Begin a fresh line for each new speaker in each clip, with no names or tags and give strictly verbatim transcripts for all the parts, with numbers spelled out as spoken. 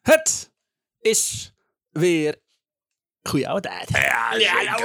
Het is weer goeie oude tijd. Ja, ja,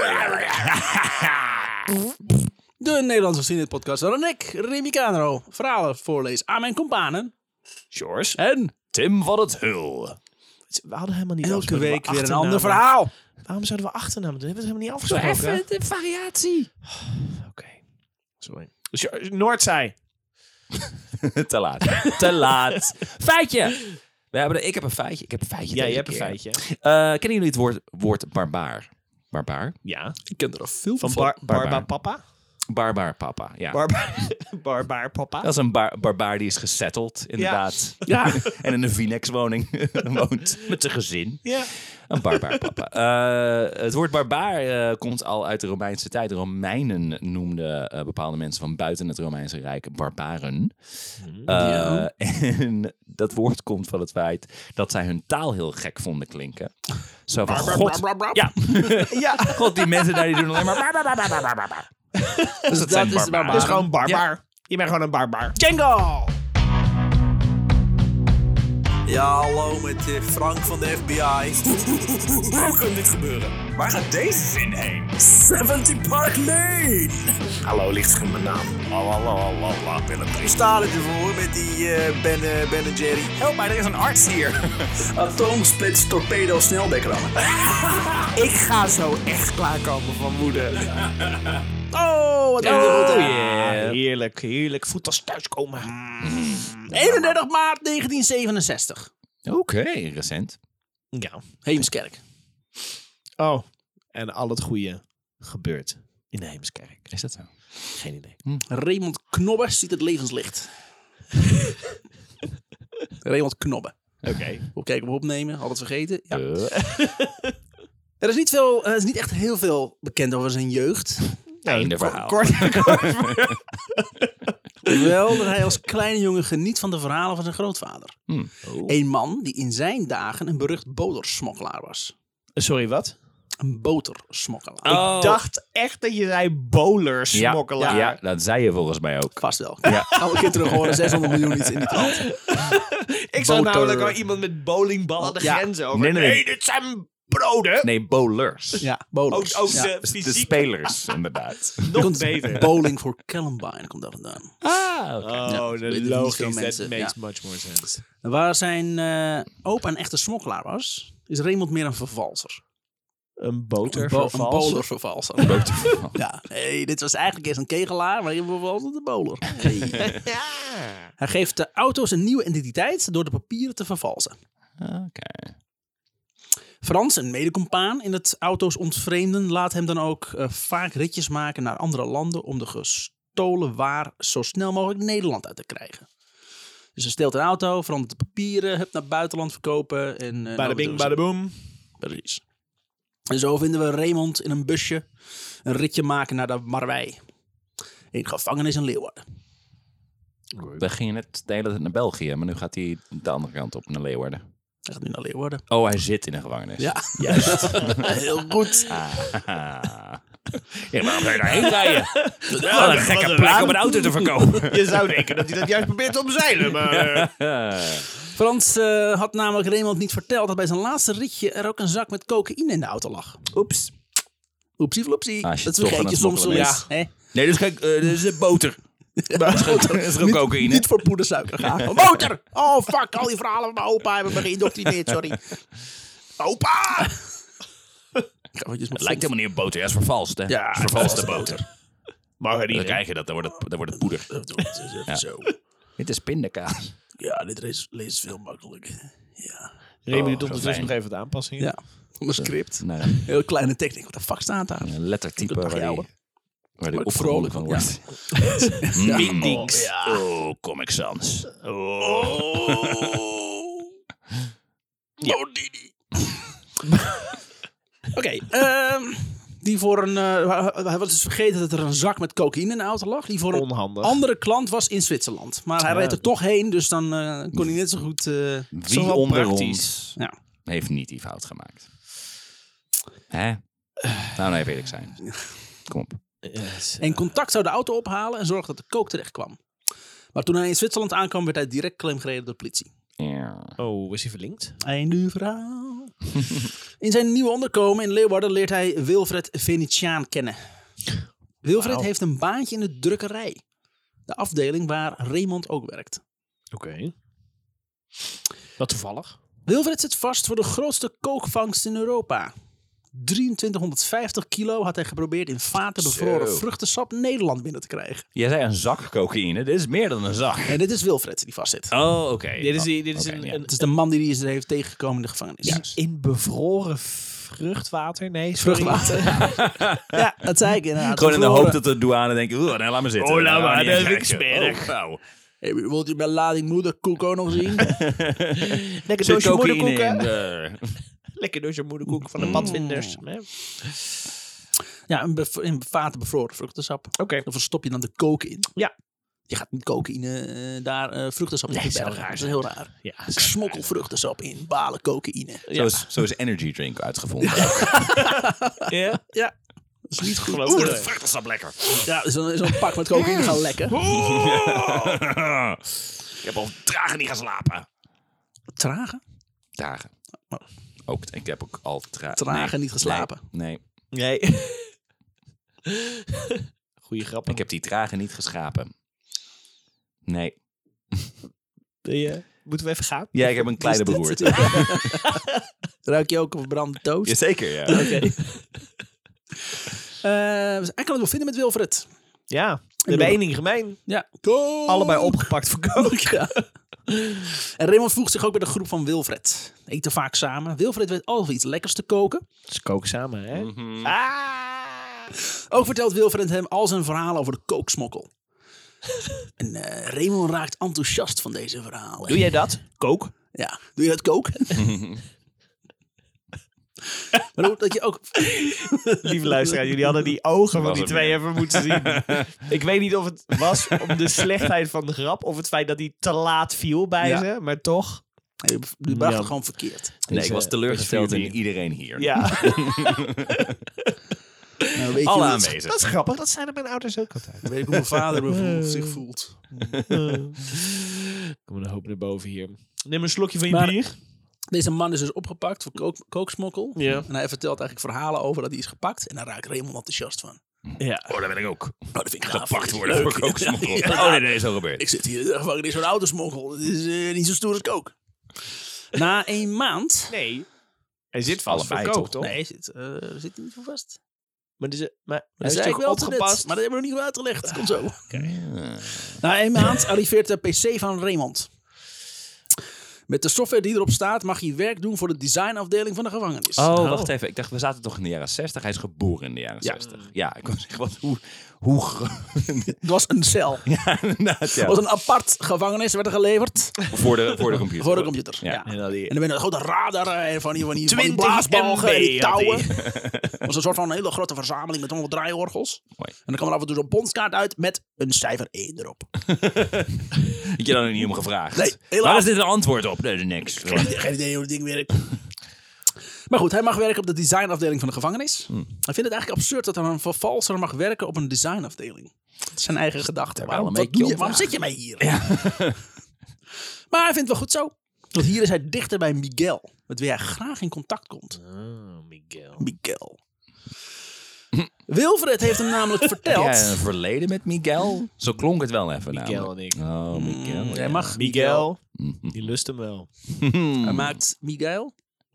de Nederlandse geschiedeneispodcast waarin ik, Remy Canero, verhalen voorlees aan mijn companen.
George
En
Tim van het Hul.
We hadden helemaal niet
elke week weer een
achternamen.
ander verhaal.
Waarom zouden we achternamen doen? Dat hebben we helemaal niet
Zo
afgesproken.
even de variatie.
Oké, okay. Sorry. Dus Noordzij.
Te laat. Te laat. Feitje. We hebben, ik heb een feitje. Ik heb een feitje.
Ja,
deze
je hebt een
keer.
feitje.
Uh, kennen jullie het woord, woord barbaar? Barbaar?
Ja.
Ik ken er al veel
Van
van.
bar
Barbaar.
Barba Papa?
Barbaar papa, ja.
Barbaar, barbaar Papa?
Dat is een bar barbaar die is gesetteld, inderdaad.
Ja.
En in een Vinex-woning woont met zijn gezin.
Ja.
Een barbaar papa. Uh, het woord barbaar uh, komt al uit de Romeinse tijd. De Romeinen noemden uh, bepaalde mensen van buiten het Romeinse Rijk barbaren. Uh,
Ja.
En dat woord komt van het feit dat zij hun taal heel gek vonden klinken. Zo van,
Bar,
God,
bar, bar, bar.
ja.
Ja.
God, die mensen daar die doen alleen maar bar, bar, bar, bar, bar, bar, bar. Dus dat, zijn
is
barbaren.
barbaar.
Dus gewoon barbaar. Je bent gewoon een barbaar.
Django!
Ja, hallo met uh, Frank van de F B I. Hoe kan dit gebeuren? Waar gaat deze zin heen? zeventig Park Lane. Hallo, ligt in mijn naam. Lalalala, Willem. Ik sta ervoor met die uh, Ben, uh, Ben en Jerry.
Help mij, er is een arts hier.
Atoomsplits torpedo sneldekker.
Ik ga zo echt klaarkomen van woede.
Oh, wat
Oh,
oh,
yeah.
Heerlijk, heerlijk. Voet als thuiskomen.
eenendertig maart negentien zevenenzestig.
Oké, okay, recent.
Ja.
Heemskerk.
Oh, en al het goede gebeurt in de Heemskerk.
Is dat zo?
Geen idee.
Raymond Knobbe ziet het levenslicht. Raymond Knobbe.
Oké. Okay.
Wil kijken of we opnemen. Had het vergeten. Ja.
Uh.
Er is niet veel, er is niet echt heel veel bekend over zijn jeugd.
Einde verhaal.
Kort, kort.
Wel dat hij als kleine jongen geniet van de verhalen van zijn grootvader.
Hmm. Oh.
Een man die in zijn dagen een berucht botersmokkelaar was.
Sorry, wat?
Een botersmokkelaar.
Oh.
Ik dacht echt dat je zei bowlersmokkelaar.
Ja, ja, dat zei je volgens mij ook.
Vast wel. Ja. Gaan we een keer terug horen. zeshonderd miljoen iets in die krant.
Ik zag
Boter.
namelijk al iemand met bowlingballen de
Ja.
grenzen over.
Nee, nee, nee.
dit zijn broden.
Nee, bowlers.
Ja, bowlers.
Ook, ook
Ja.
de
Dus de
fysiek
spelers, inderdaad.
nog
Komt
beter.
Bowling for Columbine komt daar vandaan.
Ah, oké.
Oh,
Ja,
de
weten niet veel
logisch. That
mensen,
makes
ja.
much more sense.
Waar zijn uh, opa een echte smokkelaar was, is Raymond meer een vervalser.
Een
Een,
boter
bo- een
vervalsen.
bowlervervalser. Ja, hey, dit was eigenlijk eerst een kegelaar, maar je vervalst de bowler. Hey.
Ja.
Hij geeft de auto's een nieuwe identiteit door de papieren te vervalsen.
Oké.
Frans, een medecompaan in het auto's ontvreemden, laat hem dan ook uh, vaak ritjes maken naar andere landen om de gestolen waar zo snel mogelijk Nederland uit te krijgen. Dus hij steelt een auto, verandert de papieren, hup naar het buitenland verkopen. En, uh,
Bada bing, bada boom.
Precies. En zo vinden we Raymond in een busje een ritje maken naar de Marwij. In gevangenis in Leeuwarden.
We gingen net de hele tijd naar België, maar nu gaat hij de andere kant op, naar Leeuwarden.
Hij gaat nu naar Leeuwarden.
Oh, hij zit in een gevangenis.
Ja,
Juist.
heel goed.
Ah. Ja, waarom zou je daarheen rijden? Wat een gekke plek om een auto te verkopen.
Je zou denken dat hij dat juist probeert te omzeilen, maar... Uh...
Frans uh, had namelijk Raymond niet verteld dat bij zijn laatste ritje er ook een zak met cocaïne in de auto lag.
Oeps.
Oepsie flopsie.
Als je
Dat
toch
vergeet
aan
je
het
soms wel
smokkelen
eens. hè?
Nee, dus kijk, uh, dit is een boter. Dat is gewoon, is gewoon
Niet-
cocaïne.
Niet voor poedersuiker gaan. Oh, motor! Oh fuck, al die verhalen van mijn opa hebben me geïndoctrineerd, sorry. Opa!
Het lijkt helemaal niet op boter, ja, is vervalst, hè?
Ja,
is vervalste
dat is
boter. Dan
Margarine.
krijg je dat, dan wordt het, dan wordt het poeder. Ja.
Zo.
Dit is pindakaas.
Ja, dit leest, leest veel makkelijker. Ja.
Remy
Oh,
doet
zo
ondertussen
fijn.
nog even de aanpassingen.
Ja, op een script.
Nee,
Heel kleine techniek. Wat de fuck staat daar?
een lettertype
Dat mag
waar
jou,
hij,
hoor.
waar hij
Word ik
opgerolijk van
vrolijk
wordt.
van,
Mindings.
Ja.
Oh, Comic Sans.
Oh. Bodini. Oké, ehm, die voor een... Uh, hij was dus vergeten dat er een zak met cocaïne in de auto lag. Die voor een
Onhandig.
andere klant was in Zwitserland. Maar hij
Ja.
reed er toch heen, dus dan uh, kon hij net zo goed... Uh,
Wie
wel
onder
praktisch.
ons
ja.
heeft niet die fout gemaakt? Hè? Nou, nee, eerlijk zijn. Kom op.
Yes.
En contact zou de auto ophalen en zorgen dat de kook terecht kwam. Maar toen hij in Zwitserland aankwam, werd hij direct claim gereden door de politie.
Ja.
Oh, is hij verlinkt?
Einde verhaal. In zijn nieuwe onderkomen in Leeuwarden leert hij Wilfred Venetiaan kennen. Wilfred
Wauw.
heeft een baantje in de drukkerij. De afdeling waar Raymond ook werkt.
Oké. Okay. Wat toevallig.
Wilfred zit vast voor de grootste kookvangst in Europa. drieëntwintighonderdvijftig kilo had hij geprobeerd in vaten bevroren
Zo.
vruchtensap Nederland binnen te krijgen.
Jij zei een zak cocaïne. Dit is meer dan een zak.
En dit is Wilfred die vastzit.
Oh, oké. Okay.
Dit is, dit is
Oké,
een,
ja.
een,
Het is de man die die is heeft tegengekomen in de gevangenis.
in, in bevroren vruchtwater? Nee, sorry.
Vruchtwater. Ja, dat zei ik inderdaad.
Gewoon in de
Bevroren.
hoop dat de douane denkt, oeh, nee, laat maar zitten.
Oh, laat
Nou,
maar,
niet
dat
eens
vind ik
kijken.
smerig.
Oh, nou.
Hey, wilt u mijn lading moederkoek ook nog zien?
Lekker
Zit
doosje
cocaïne
moederkoeken.
in de-
Lekker doosje moederkoeken van de padvinders. Oké.
Ja, een bev- in vaten bevroren vruchtensap.
Okay.
Of stop je dan de koken in?
Ja.
Je gaat niet cocaïne eh, daar eh, vruchtensap in
Nee, dat
verbergen.
zou raar
Dat is heel raar.
Ja,
Ik smokkel vruchtensap in, balen cocaïne.
Zo, is, zo is energy drink uitgevonden.
ja.
Ja, dat is niet goed.
Geloof
Oeh,
het.
dat vruchtensap lekker.
Ja, zo'n zo'n pak met cocaïne gaan lekken.
Ik heb al dagen niet geslapen.
Tragen?
Dagen.
Oh.
Ook, ik heb ook al tra-
Tragen
nee,
niet geslapen.
Nee,
Nee.
nee,
Goeie grappen.
ik heb die tragen niet geschapen. Nee.
Je, moeten we even gaan?
Ja, ik heb een kleine
Wat is dit?
beroerte.
Ruik je ook op verbrande toast?
Jazeker, ja.
Oké. Eh, dus hij kan het wel vinden met Wilfred.
Ja. We hebben één ding gemeen.
Ja. Kook.
Allebei opgepakt voor kook.
Ja. En Raymond voegt zich ook bij de groep van Wilfred. Eten vaak samen. Wilfred weet altijd iets lekkers te koken.
Ze koken samen, hè?
Mhm.
Ah!
Ook vertelt Wilfred hem al zijn verhalen over de kooksmokkel. En eh, Raymond raakt enthousiast van deze verhalen.
Doe jij dat? Kook?
Ja, doe je dat koken? Maar ook dat je ook...
Lieve luisteraar, jullie hadden die ogen van
Was
die
het
twee
weer.
even moeten zien. Ik weet niet of het was om de slechtheid van de grap of het feit dat hij te laat viel bij
Ja.
ze, maar toch.
Je je bracht
Ja.
het gewoon verkeerd.
Nee, ik
Deze-
was teleurgesteld
deze
in
vier
iedereen hier.
Ja,
Nou, weet je
Alle
hoe het-
aanwezig.
dat is grappig. Dat zijn er mijn ouders ook altijd.
Weet ik hoe mijn vader me voelt- zich voelt.
Kom maar een hoop naar boven hier. Neem een slokje van je
Maar-
bier.
Deze man is dus opgepakt voor kook, kooksmokkel.
Ja.
En hij vertelt eigenlijk verhalen over dat hij is gepakt. En daar raakt Raymond enthousiast van.
Ja.
Oh, daar ben ik ook.
Nou, dat vind ik gaaf.
Gepakt worden
Leuk.
voor kooksmokkel.
Ja.
Oh nee, nee, zo gebeurt.
Ik zit hier in de gevangenis van autosmokkel. Dat is eh, niet zo stoer als kook. Na een maand...
Nee. Hij zit vast
Allebei,
voor kook,
toch?
toch?
Nee, hij zit, eh, zit hij niet voor vast.
Maar, dus, maar hij
Hij
is
zei ik
toch
wel te net,
opgepast?
maar dat hebben we nog niet uitgelegd. Komt zo.
Ja.
Na een maand arriveert de P C van Raymond. Met de software die erop staat mag hij werk doen voor de designafdeling van de gevangenis.
Oh, wacht even. Ik dacht, we zaten toch in de jaren zestig? Hij is geboren in de jaren
Ja.
zestig. Ja, ik kon zeggen, wat, hoe... hoe gro-
Het was een cel.
ja, inderdaad,
Het
ja.
was een apart gevangenis, werd er geleverd.
Voor de, voor de computer.
Voor de computer.
Ja.
Ja.
En dan die
En dan ben je een grote radar en van die, van die, van die
twintig
blaasbalgen en die
M B had
touwen.
hij.
Het was een soort van hele grote verzameling met allemaal draaiorgels.
Mooi.
En dan kwam er af en toe zo'n bondskaart uit met een cijfer één erop.
Had je dan niet om gevraagd?
Nee, helaas.
Waar is dit een antwoord op? Nee, niks.
Geen, geen idee hoe het ding werkt. Maar goed, hij mag werken op de designafdeling van de gevangenis.
Hmm.
Hij vindt het eigenlijk absurd dat er een vervalser mag werken op een designafdeling. Dat is zijn eigen gedachte.
Daar
Waarom,
wel een
wat doe
beetje
je, waarom
om
zit je mij hier? Maar hij vindt het wel goed zo. Want hier is hij dichter bij Miguel. Met wie hij graag in contact komt.
Oh, Miguel.
Miguel. Wilfred heeft hem namelijk verteld.
Ja, een verleden met Miguel? Zo klonk het wel even
Miguel
namelijk.
en ik.
Oh, Miguel.
Jij
ja.
mag
Miguel,
Mhm.
die lust hem wel.
Hij maakt Miguel.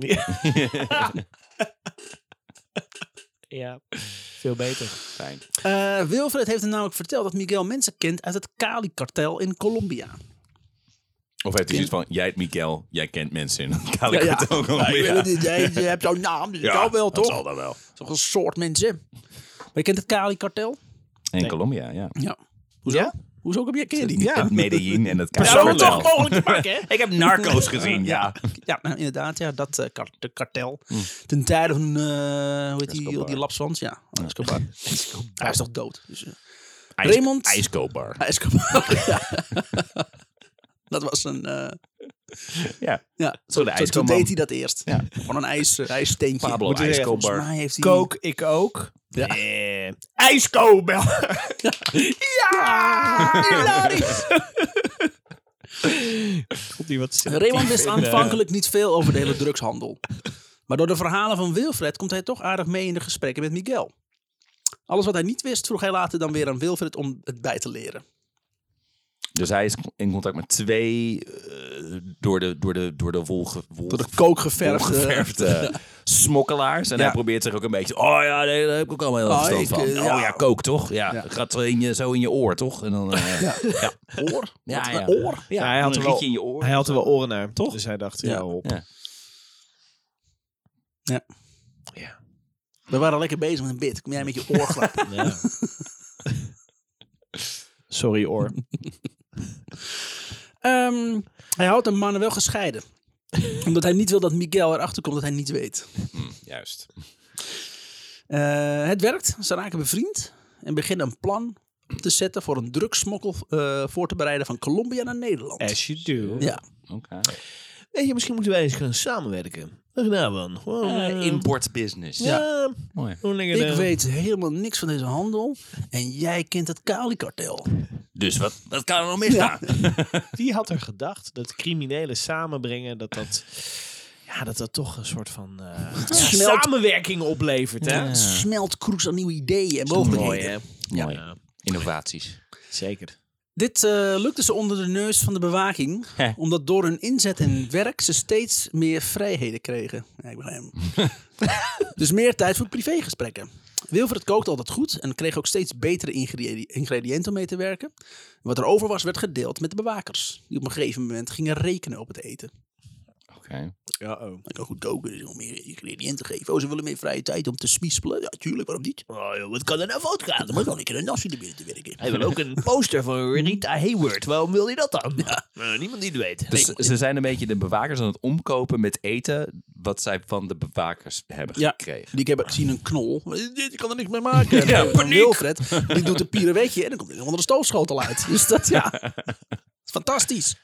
Ja, veel beter.
Fijn.
Uh, Wilfred heeft hem namelijk verteld dat Miguel mensen kent uit het Cali-kartel in Colombia.
Of heeft hij zoiets van, jij heet Miguel, jij kent mensen in het
Ja,
Cali
ja.
kartel.
Ja, ik weet het niet, jij, je hebt zo'n naam, dus ik
Ja,
kan wel,
dat
toch?
zal dan wel.
Toch een soort mensen. Maar je kent het Cali-kartel?
In Colombia, ja.
Ja. Hoezo?
Ja?
Hoezo heb jij ken je die?
Ja. Het Medellin en het
Ja,
Cali
dat is toch
kartel.
mogelijk te maken, hè?
Ik heb Narcos gezien, ja.
Ja, nou, inderdaad, ja, dat uh, kar de kartel. Ten tijde van, uh, hoe heet die,
Escobar.
die lapswans? Ja, Escobar. Hij is toch dood? Dus, uh,
IJs-
Raymond?
IJskobar.
Escobar, ja. Dat was een... Uh,
Ja.
ja,
Zo de
zo, toen
ijskoman.
deed hij dat eerst.
Ja.
Gewoon een ijs, uh, ijssteentje.
Pablo
Moet je zeggen,
Volgens
IJskobar.
mij heeft hij...
Kook, ik ook.
Ja.
Eh, IJskobar.
Ja! Hilarisch!
Vond die wat
Raymond wist
in, uh,
aanvankelijk niet veel over de hele drugshandel. Maar door de verhalen van Wilfred komt hij toch aardig mee in de gesprekken met Miguel. Alles wat hij niet wist, vroeg hij later dan weer aan Wilfred om het bij te leren.
Dus hij is in contact met twee uh, door de, door de, door de wol, ge, wol,
Door de kookgeverfde
wolgeverfde smokkelaars. En
Ja.
hij probeert zich ook een beetje... Oh ja, nee, daar heb ik ook allemaal heel
Oh,
veel
ik,
verstand van.
uh,
oh
ja.
ja, kook toch? Ja,
Ja.
dat gaat zo in je, zo in je oor, toch? En dan... Uh, ja. Ja.
oor.
Ja,
Wat
ja.
een oor.
Ja,
hij had
een
er wel-
rietje in je oor.
Hij had er wel oren naar.
Toch?
Dus hij dacht,
Ja.
ja, hop.
Ja.
Ja.
Ja.
We waren lekker bezig met een bit. Kom jij met je oorgrap?
Ja. Sorry, oor.
um, hij houdt de mannen wel gescheiden. Omdat hij niet wil dat Miguel erachter komt dat hij niet weet.
Hm, juist.
Uh, het werkt. Ze raken bevriend. En beginnen een plan te zetten voor een drugssmokkel uh, voor te bereiden van Colombia naar Nederland.
As you do.
Ja.
Oké. Okay.
Weet je, misschien moeten wij eens gaan samenwerken. Wat nou dan? Gewoon,
Uh,
uh,
import business.
Ja.
Mooi.
Gewoon lekker,
Ik
uh,
weet helemaal niks van deze handel. En jij kent het Cali-kartel.
Dus wat, wat kan er nog misgaan?
Wie had er gedacht dat criminelen samenbrengen, dat dat... Ja, dat dat toch een soort van uh, ja,
Smelt-
samenwerking oplevert, hè?
Ja.
Smelt kroes aan nieuwe ideeën en
Mooi,
mogelijkheden.
hè?
Mooi.
Ja,
Innovaties.
zeker.
Dit uh, lukte ze onder de neus van de bewaking.
Hè.
Omdat door hun inzet en werk ze steeds meer vrijheden kregen. Ja, ik begrijp hem. Dus meer tijd voor privégesprekken. Wilfred kookte altijd goed en kreeg ook steeds betere ingredi- ingrediënten om mee te werken. Wat er over was, werd gedeeld met de bewakers. Die op een gegeven moment gingen rekenen op het eten.
Oké. Okay.
Ja, oh.
Ik kan goed koken, dus nog meer ingrediënten geven. Oh, ze willen meer vrije tijd om te spiespelen. Ja, tuurlijk, waarom niet?
Oh, joh, wat kan er nou fout gaan?
Dan moet gewoon een keer een nasi er binnen te werken.
Hij wil ook een poster van Rita Hayward. Waarom wil hij dat dan? Ja. Uh, niemand die het weet.
Dus ze zijn een beetje de bewakers aan het omkopen met eten wat zij van de bewakers hebben
Ja,
gekregen.
die hebben zien een knol. Ik kan er niks mee maken.
Ja,
En
paniek.
Wilfred, die doet een pierenweetje en dan komt er onder de stoofschotel uit. Dus dat, ja, dat is fantastisch.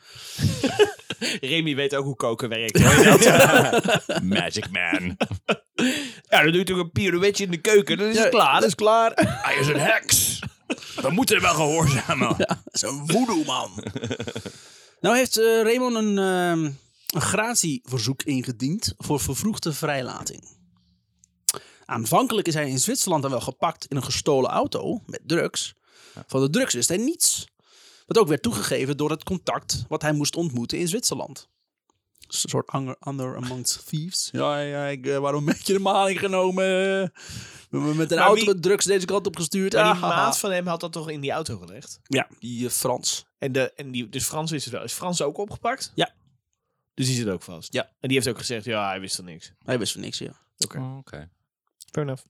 Remy weet ook hoe koken werkt. Hoor je dat?
Magic Man.
Ja, dan doe je toch een pirouetje in de keuken. Dan is
Ja,
het klaar.
dat is klaar.
Hij is een heks. We moeten hem wel gehoorzamen.
Ja, dat is een voodoo man. Nou heeft uh, Raymond een, uh, een gratieverzoek ingediend voor vervroegde vrijlating. Aanvankelijk is hij in Zwitserland dan wel gepakt in een gestolen auto met drugs. Van de drugs wist hij niets. Wat ook werd toegegeven door het contact wat hij moest ontmoeten in Zwitserland. Een soort anger, under amongst thieves. Ja, ja ik, uh, waarom heb je de maling genomen? Uh, met een
Maar
auto
wie-
met drugs deze kant op gestuurd.
Maar
Ah,
die
haha.
maat van hem had dat toch in die auto gelegd?
Ja, die uh, Frans.
En, de, en die, dus Frans is het wel. Is Frans ook opgepakt?
Ja.
Dus die zit ook vast?
Ja.
En die heeft ook gezegd, ja, hij wist er niks.
Hij wist van niks, ja.
Oké.
Oké. Okay.
Fair enough.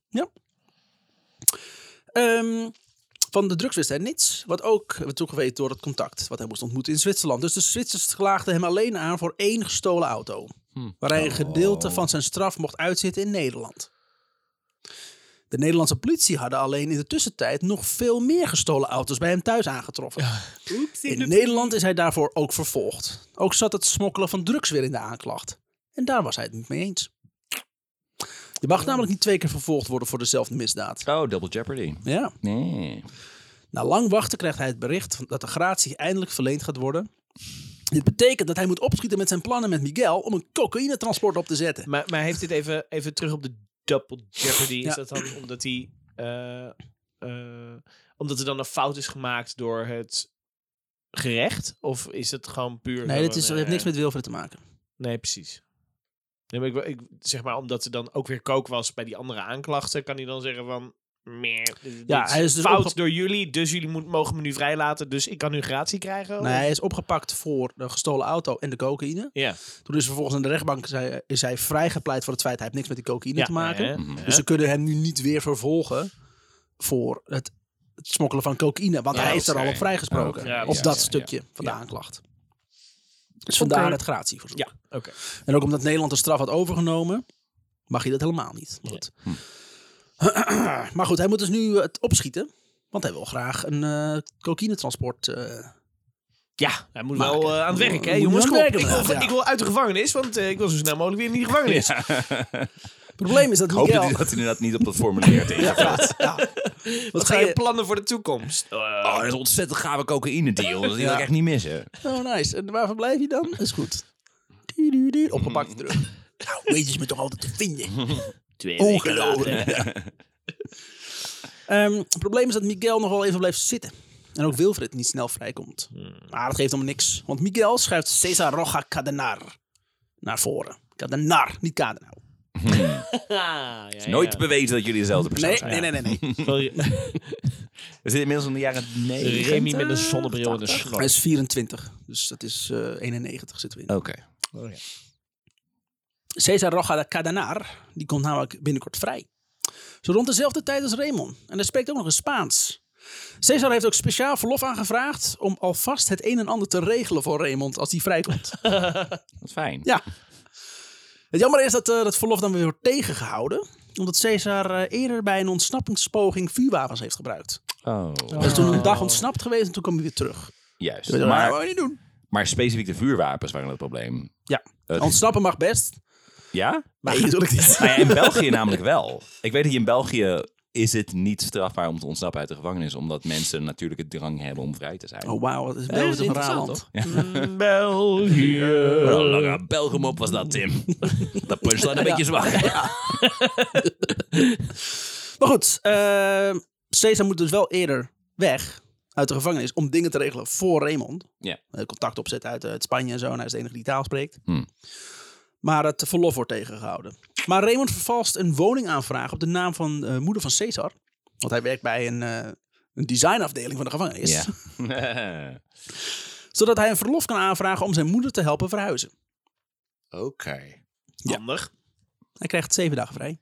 Um, van de drugs wist hij niets. Wat ook werd toegewezen door het contact wat hij moest ontmoeten in Zwitserland. Dus de Zwitsers klaagden hem alleen aan voor één gestolen auto.
Hm.
Waar hij een gedeelte van zijn straf mocht uitzitten in Nederland. De Nederlandse politie hadden alleen in de tussentijd nog veel meer gestolen auto's bij hem thuis aangetroffen. In Nederland is hij daarvoor ook vervolgd. Ook zat het smokkelen van drugs weer in de aanklacht. En daar was hij het niet mee eens. Je mag namelijk niet twee keer vervolgd worden voor dezelfde misdaad.
Oh, Double Jeopardy.
Ja.
Nee.
Na lang wachten krijgt hij het bericht dat de gratie eindelijk verleend gaat worden. Dit betekent dat hij moet opschieten met zijn plannen met Miguel om een cocaïnetransport op te zetten.
Maar, maar heeft dit even, even terug op de Double Jeopardy? Is
Ja.
dat dan omdat hij... eh, eh, omdat er dan een fout is gemaakt door het gerecht? Of is het gewoon puur...
Nee, dit is,
gewoon,
heeft
eh,
niks met Wilfred te maken.
Nee, precies. Nee, maar ik, ik, zeg maar, omdat er dan ook weer kook was bij die andere aanklachten, kan hij dan zeggen van... Meer, dit,
Ja,
dit
hij is dus
fout
opge-
door jullie, dus jullie moet, mogen me nu vrijlaten, dus ik kan nu gratie krijgen?
Nee,
Of-
hij is opgepakt voor de gestolen auto en de cocaïne.
Ja.
Toen is vervolgens in de rechtbank zei, is hij vrijgepleit voor het feit dat hij heeft niks met die cocaïne
Ja,
te maken.
hè,
Mhm.
hè.
Dus ze kunnen hem nu niet weer vervolgen voor het, het smokkelen van cocaïne. Want
Ja,
hij is er
oké.
al op vrijgesproken.
Oké,
ja,
op
ja,
dat
ja,
stukje van de
Ja.
aanklacht. Dus vandaar
Oké.
het gratieverzoek.
Ja, oké.
En ook omdat Nederland de straf had overgenomen, mag je dat helemaal niet. Maar goed, maar goed hij moet dus nu het opschieten. Want hij wil graag een eh cocaïnetransport. eh
Ja, hij moet
Maken.
wel eh, aan het werk, hè
Moet
jongens.
aan
Kom
het
op.
werken
Ik wil,
vandaag, ja.
ik wil uit de gevangenis, want eh, ik wil zo snel mogelijk weer in die gevangenis.
probleem is dat
Ik hoop
Miguel...
dat hij dat inderdaad niet op dat formulier heeft ingevuld.
Wat zijn je plannen voor de toekomst?
Oh, dat is een ontzettend gave cocaïne deal. Dat wil ik echt niet missen.
Oh, nice. En waar verblijf je dan? Is goed. Opgepakt terug. Nou, weet je me toch altijd te vinden?
Twee
Ongelooflijk. Um, het probleem is dat Miguel nog wel even blijft zitten. En ook Wilfred niet snel vrijkomt. Maar dat geeft hem niks. Want Miguel schuift Cesar Roja Cadenar naar voren. Cadenar, niet Cadenar.
ja,
Het is nooit bewezen dat jullie dezelfde persoon
Nee,
zijn.
nee, nee, nee. nee.
Sorry.
We zitten inmiddels in de jaren negentig.
Remy met een zonnebril en een
Hij
snor.
is vierentwintig. Dus dat is uh, eenennegentig zitten we in.
Oké.
Oh, ja.
Cesar Roja Cadenar, die komt namelijk binnenkort vrij. Zo rond dezelfde tijd als Raymond. En hij spreekt ook nog eens Spaans. Cesar heeft ook speciaal verlof aangevraagd om alvast het een en ander te regelen voor Raymond als hij vrijkomt.
Wat fijn.
Ja. Het jammer is dat uh, dat verlof dan weer wordt tegengehouden. Omdat Cesar uh, eerder bij een ontsnappingspoging vuurwapens heeft gebruikt.
Oh.
Hij is toen een dag ontsnapt geweest en toen kwam hij weer terug.
Juist.
Dus, maar, dat
Maar,
wou je niet doen.
maar specifiek de vuurwapens waren het probleem.
Ja,
Het-
ontsnappen mag best.
Ja?
Nee, natuurlijk niet.
Nou ja, in België namelijk wel. Ik weet dat je in België is het niet strafbaar om te ontsnappen uit de gevangenis. Omdat mensen natuurlijk het drang hebben om vrij te zijn.
Oh wauw, wat is
dat
België
is
toch een raar
interessant,
land.
toch?
België.
Wat een lange Belgum op was dat, Tim. Dat punchline een beetje zwak.
Maar goed, uh, Cesar moet dus wel eerder weg uit de gevangenis om dingen te regelen voor Raymond.
Ja.
Uh, contact opzetten uit, uh, uit Spanje en zo. En hij is de enige die taal spreekt.
Hmm.
Maar het verlof wordt tegengehouden. Maar Raymond vervalst een woningaanvraag op de naam van de uh, moeder van Cesar. Want hij werkt bij een, uh, een designafdeling van de gevangenis.
Ja.
Zodat hij een verlof kan aanvragen om zijn moeder te helpen verhuizen.
Oké.
Handig.
Hij krijgt zeven dagen vrij.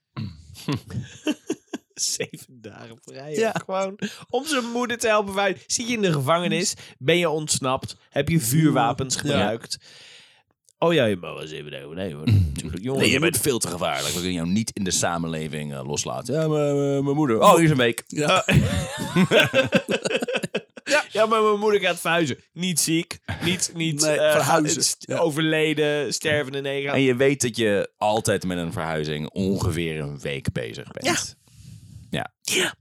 Zeven dagen vrij.
Ja.
Gewoon om zijn moeder te helpen. Vrij. Zit je in de gevangenis? Ben je ontsnapt? Heb je vuurwapens gebruikt? Oh ja, je mag wel zeven dagen vrij hoor. Natuurlijk, jongen.
Nee, je bent veel te gevaarlijk. We kunnen jou niet in de samenleving uh, loslaten. Ja, maar uh, mijn moeder. Oh, hier is een week.
Ja.
Ja. ja, maar mijn moeder gaat verhuizen. Niet ziek. Niet, niet
Nee,
uh,
verhuizen.
st-
Ja.
overleden, stervende negen.
En je weet dat je altijd met een verhuizing ongeveer een week bezig bent. Ja.
Ja.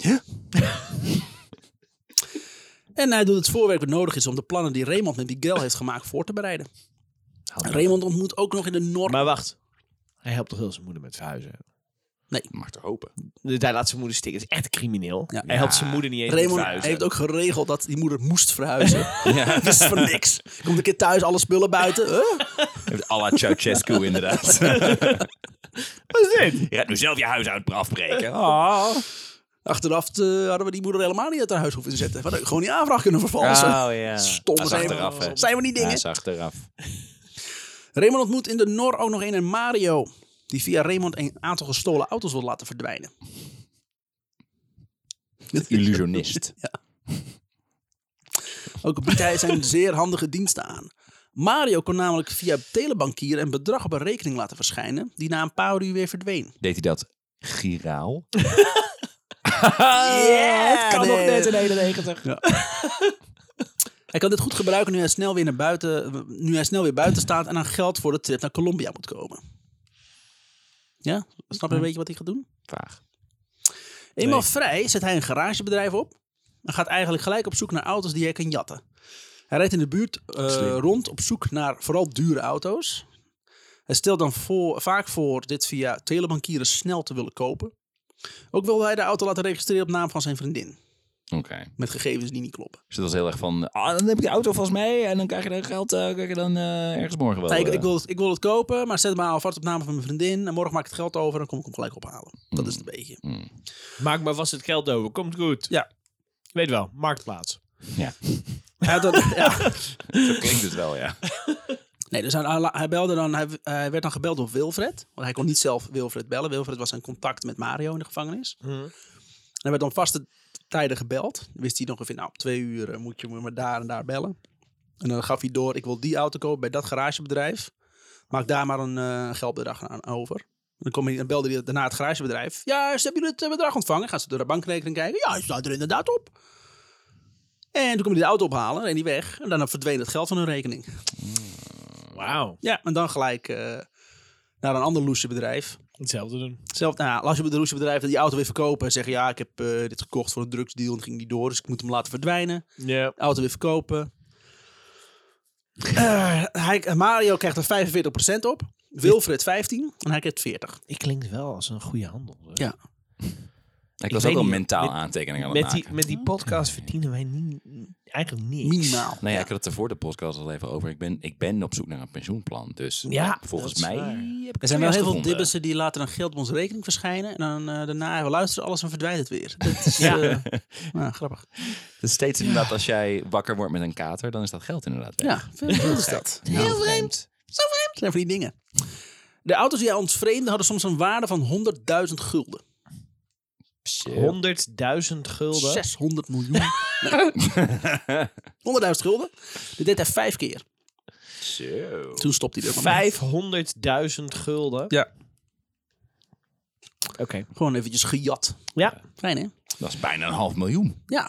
En hij doet het voorwerk wat nodig is om de plannen die Raymond met Miguel heeft gemaakt voor te bereiden. Raymond ontmoet ook nog in de Noord...
Maar wacht. Hij helpt toch heel zijn moeder met verhuizen?
Mag toch hopen.
Hij laat zijn moeder stikken. Dat is echt een crimineel.
Ja.
Hij helpt zijn moeder niet eens met
Raymond
verhuizen.
heeft ook geregeld dat die moeder moest verhuizen.
Ja.
Dat is van niks. Komt een keer thuis, alle spullen buiten. Huh?
À la Ceausescu inderdaad.
Wat is dit?
Je gaat nu zelf je huishouden afbreken. Oh.
Achteraf uh, hadden we die moeder helemaal niet uit haar huis hoeven te zetten. We hadden gewoon die aanvraag kunnen vervalsen.
Oh ja.
Stom
Dat is
zijn we,
achteraf, hè.
zijn we die dingen.
Ja, is achteraf.
Raymond ontmoet in de Nor ook nog een en Mario. Die via Raymond een aantal gestolen auto's wil laten verdwijnen.
Illusionist.
Ja. Ook biedt hij zijn zeer handige diensten aan. Mario kon namelijk via telebankier een bedrag op een rekening laten verschijnen, die na een paar uur weer verdween.
Deed hij dat giraal?
Ja,
kan
nee.
nog net in eenennegentig.
Ja. Hij kan dit goed gebruiken nu hij, snel weer naar buiten, nu hij snel weer buiten staat en aan geld voor de trip naar Colombia moet komen. Ja, snap je een beetje wat hij gaat doen?
Vraag.
Eenmaal
Nee.
vrij zet hij een garagebedrijf op en gaat eigenlijk gelijk op zoek naar auto's die hij kan jatten. Hij rijdt in de buurt uh,
Slim.
rond op zoek naar vooral dure auto's. Hij stelt dan voor, vaak voor dit via telebankieren snel te willen kopen. Ook wilde hij de auto laten registreren op naam van zijn vriendin.
Oké.
Met gegevens die niet kloppen.
Dus dat was heel erg van, ah, dan heb ik de auto vast mee en dan krijg je dan geld, uh, krijg je dan uh, ergens morgen wel.
Nee, ik,
uh,
ik, wil het, ik wil het kopen, maar zet het maar alvast op naam van mijn vriendin. En morgen maak ik het geld over en dan kom ik hem gelijk ophalen. Dat is het een beetje.
mm.
Maak maar vast het geld over. Komt goed.
Ja.
Weet wel. Marktplaats.
Ja,
Hij had dan, ja.
zo klinkt het wel, ja.
Nee, dus hij, hij, belde dan, hij, hij werd dan gebeld door Wilfred. Want hij kon niet zelf Wilfred bellen. Wilfred was in contact met Mario in de gevangenis.
Hm.
En hij werd dan vaste tijden gebeld. Dan wist hij ongeveer, nou, op twee uur uh, moet je me maar daar en daar bellen. En dan gaf hij door, ik wil die auto kopen bij dat garagebedrijf. Maak daar maar een uh, geldbedrag aan over. En dan, kom hij, dan belde hij daarna het garagebedrijf. Ja, hebben jullie het uh, bedrag ontvangen? Gaan ze door de bankrekening kijken. Ja, het staat er inderdaad op. En toen kon hij de auto ophalen en die weg. En dan verdween het geld van hun rekening.
Wauw.
Ja, en dan gelijk uh, naar een ander loesjebedrijf.
Hetzelfde doen.
Zelf, nou, als je het loesjebedrijf die auto weer verkopen en zeggen, ja, ik heb uh, dit gekocht voor een drugsdeal en ging die door, dus ik moet hem laten verdwijnen.
Ja.
De auto weer verkopen. Uh, hij, Mario krijgt er vijfenveertig procent op. Wilfred vijftien en hij krijgt veertig.
Ik klinkt wel als een goede handel. Hè?
Ja.
Ik was
weet
ook al
niet,
mentaal
met-
aantekeningen aan het
Met die,
maken.
met die podcast verdienen wij niet, eigenlijk niks.
Minimaal.
Nee, ja, ik had het er voor de podcast al even over. Ik ben, ik ben op zoek naar een pensioenplan. Dus
Ja,
volgens
dat is
mij
waar.
heb ik
Er zijn wel
het
heel veel
gevonden.
dibbissen die laten dan geld op onze rekening verschijnen. En dan uh, daarna we luisteren alles en verdwijnt het weer. Dat is
Ja.
uh, nou, grappig.
Dus steeds inderdaad, als jij wakker wordt met een kater, dan is dat geld inderdaad weg.
Ja, veel veel is dat.
Heel vreemd.
Zo vreemd. Dat zijn van die dingen. De auto's die hij ontvreemde hadden soms een waarde van honderdduizend gulden.
honderdduizend gulden.
zeshonderd miljoen. Nee. honderdduizend gulden. Dit deed hij vijf keer.
Zo.
Toen stopte hij er van.
vijfhonderdduizend gulden.
Ja.
Oké. Okay.
Gewoon eventjes gejat.
Ja.
Fijn, hè?
Dat is bijna een half miljoen.
Ja.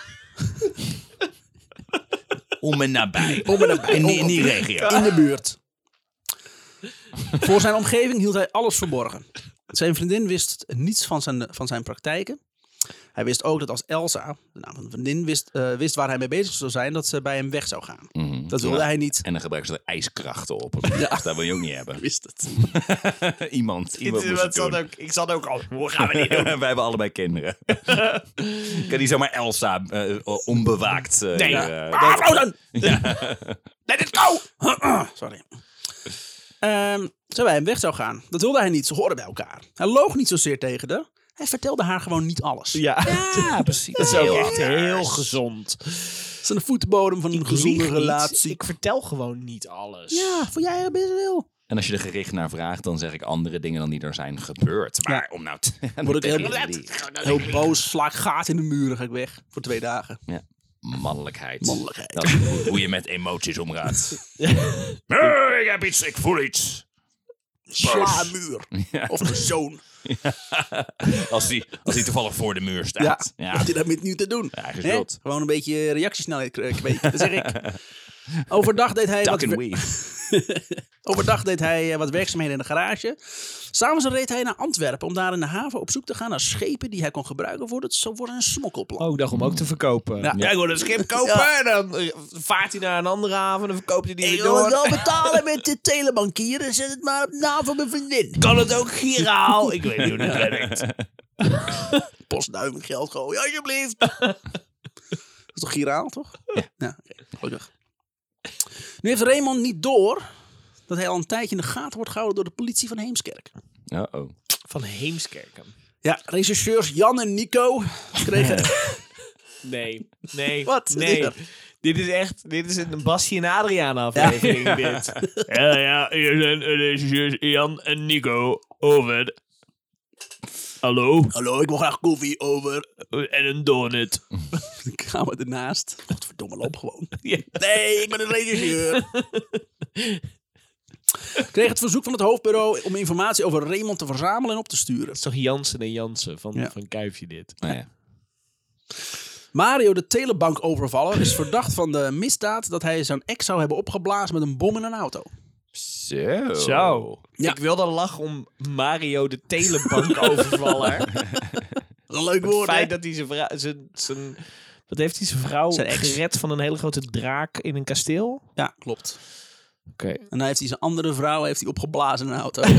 Om en nabij.
Om en nabij.
In die, in die regio.
In de buurt. Voor zijn omgeving hield hij alles verborgen. Zijn vriendin wist niets van zijn, van zijn praktijken. Hij wist ook dat als Elsa, de naam van de vriendin, wist, uh, wist waar hij mee bezig zou zijn, dat ze bij hem weg zou gaan.
Mm-hmm.
Dat wilde
Ja.
hij niet.
En dan gebruiken ze er ijskrachten op. Ja. Dat wil je ook niet hebben.
Wist het.
iemand. iemand moest het doen.
ook, ik zat ook al. Hoe gaan we dit doen?
Wij hebben allebei kinderen. Ik kan niet zomaar Elsa uh, onbewaakt. Uh,
Nee.
uh,
Ah, Frozen!
Ja.
Let it go! Sorry. Um, zo bij hem weg zou gaan. Dat wilde hij niet. Ze hoorden bij elkaar. Hij loog niet zozeer tegen haar. Hij vertelde haar gewoon niet alles.
Ja.
Ja, precies.
Dat is ook
Heel
echt
anders.
heel gezond.
Het is een voetbodem van een
Ik
gezonde
lieg niet.
relatie.
Ik vertel gewoon niet alles.
Ja, voor jij best wel.
En als je er gericht naar vraagt, dan zeg ik andere dingen dan die er zijn gebeurd. Maar om nou te...
Word ik heel,
die-
heel boos, sla ik gaten in de muren, ga ik weg. Voor twee dagen.
Ja. Mannelijkheid.
Mannelijkheid.
Dat is hoe, hoe je met emoties omgaat. Nee, ik heb iets, ik voel iets.
Sla een muur. Of een zoon.
Als die, als die toevallig voor de muur
Ja,
staat. Ja.
wat hij daarmee nu te doen.
Eigen
Hè?
schuld.
Gewoon een beetje reactiesnelheid k- kweken, dat zeg ik. Overdag deed hij wat,
Duck and
we-
weave.
overdag deed hij eh, wat werkzaamheden in de garage. S'avonds reed hij naar Antwerpen om daar in de haven op zoek te gaan naar schepen die hij kon gebruiken voor, het, voor een smokkelplan.
Oh, ik dacht om ook te verkopen.
Ja.
Ja, ik wil een schip kopen
Ja.
en dan eh, vaart hij naar een andere haven en dan verkoopt hij die
Ik
weer
wil het
door.
wel betalen met de telebankier en zet het maar op naam van mijn vriendin.
Kan het ook giraal? Ik weet niet hoe dat werkt.
Postduim geld gooien, alsjeblieft. Dat is toch giraal, toch? Ja. Ja, oké. Gelukkig. Nu heeft Raymond niet door dat hij al een tijdje in de gaten wordt gehouden door de politie van Heemskerk.
Uh-oh.
Van Heemskerken.
Ja, rechercheurs Jan en Nico kregen...
Nee, nee,
Wat?
nee. Dit is echt, dit is een Basje en Adriaan aflevering, dit. Ja, ja, hier zijn regisseurs Jan en Nico, over. Hallo?
Hallo, ik wil graag koffie over.
En een donut.
De kamer ernaast. Godverdomme, loop gewoon.
Ja.
Nee, ik ben een regisseur. Kreeg het verzoek van het hoofdbureau om informatie over Raymond te verzamelen en op te sturen.
Dat is toch Jansen en Jansen van,
Ja.
van Kuifje dit.
Oh, ja.
Mario, de telebankovervaller, is verdacht van de misdaad dat hij zijn ex zou hebben opgeblazen met een bom in een auto.
Zo.
Zo.
Ja.
Ik wilde lachen om Mario de telebankovervaller.
Een leuk
Het
woord, hè?
feit dat hij zijn vrouw... Zijn, zijn, wat heeft hij zijn vrouw
Zijn ex.
gered van een hele grote draak in een kasteel?
Ja, klopt.
Oké.
En dan heeft hij zijn andere vrouw heeft hij opgeblazen in een auto.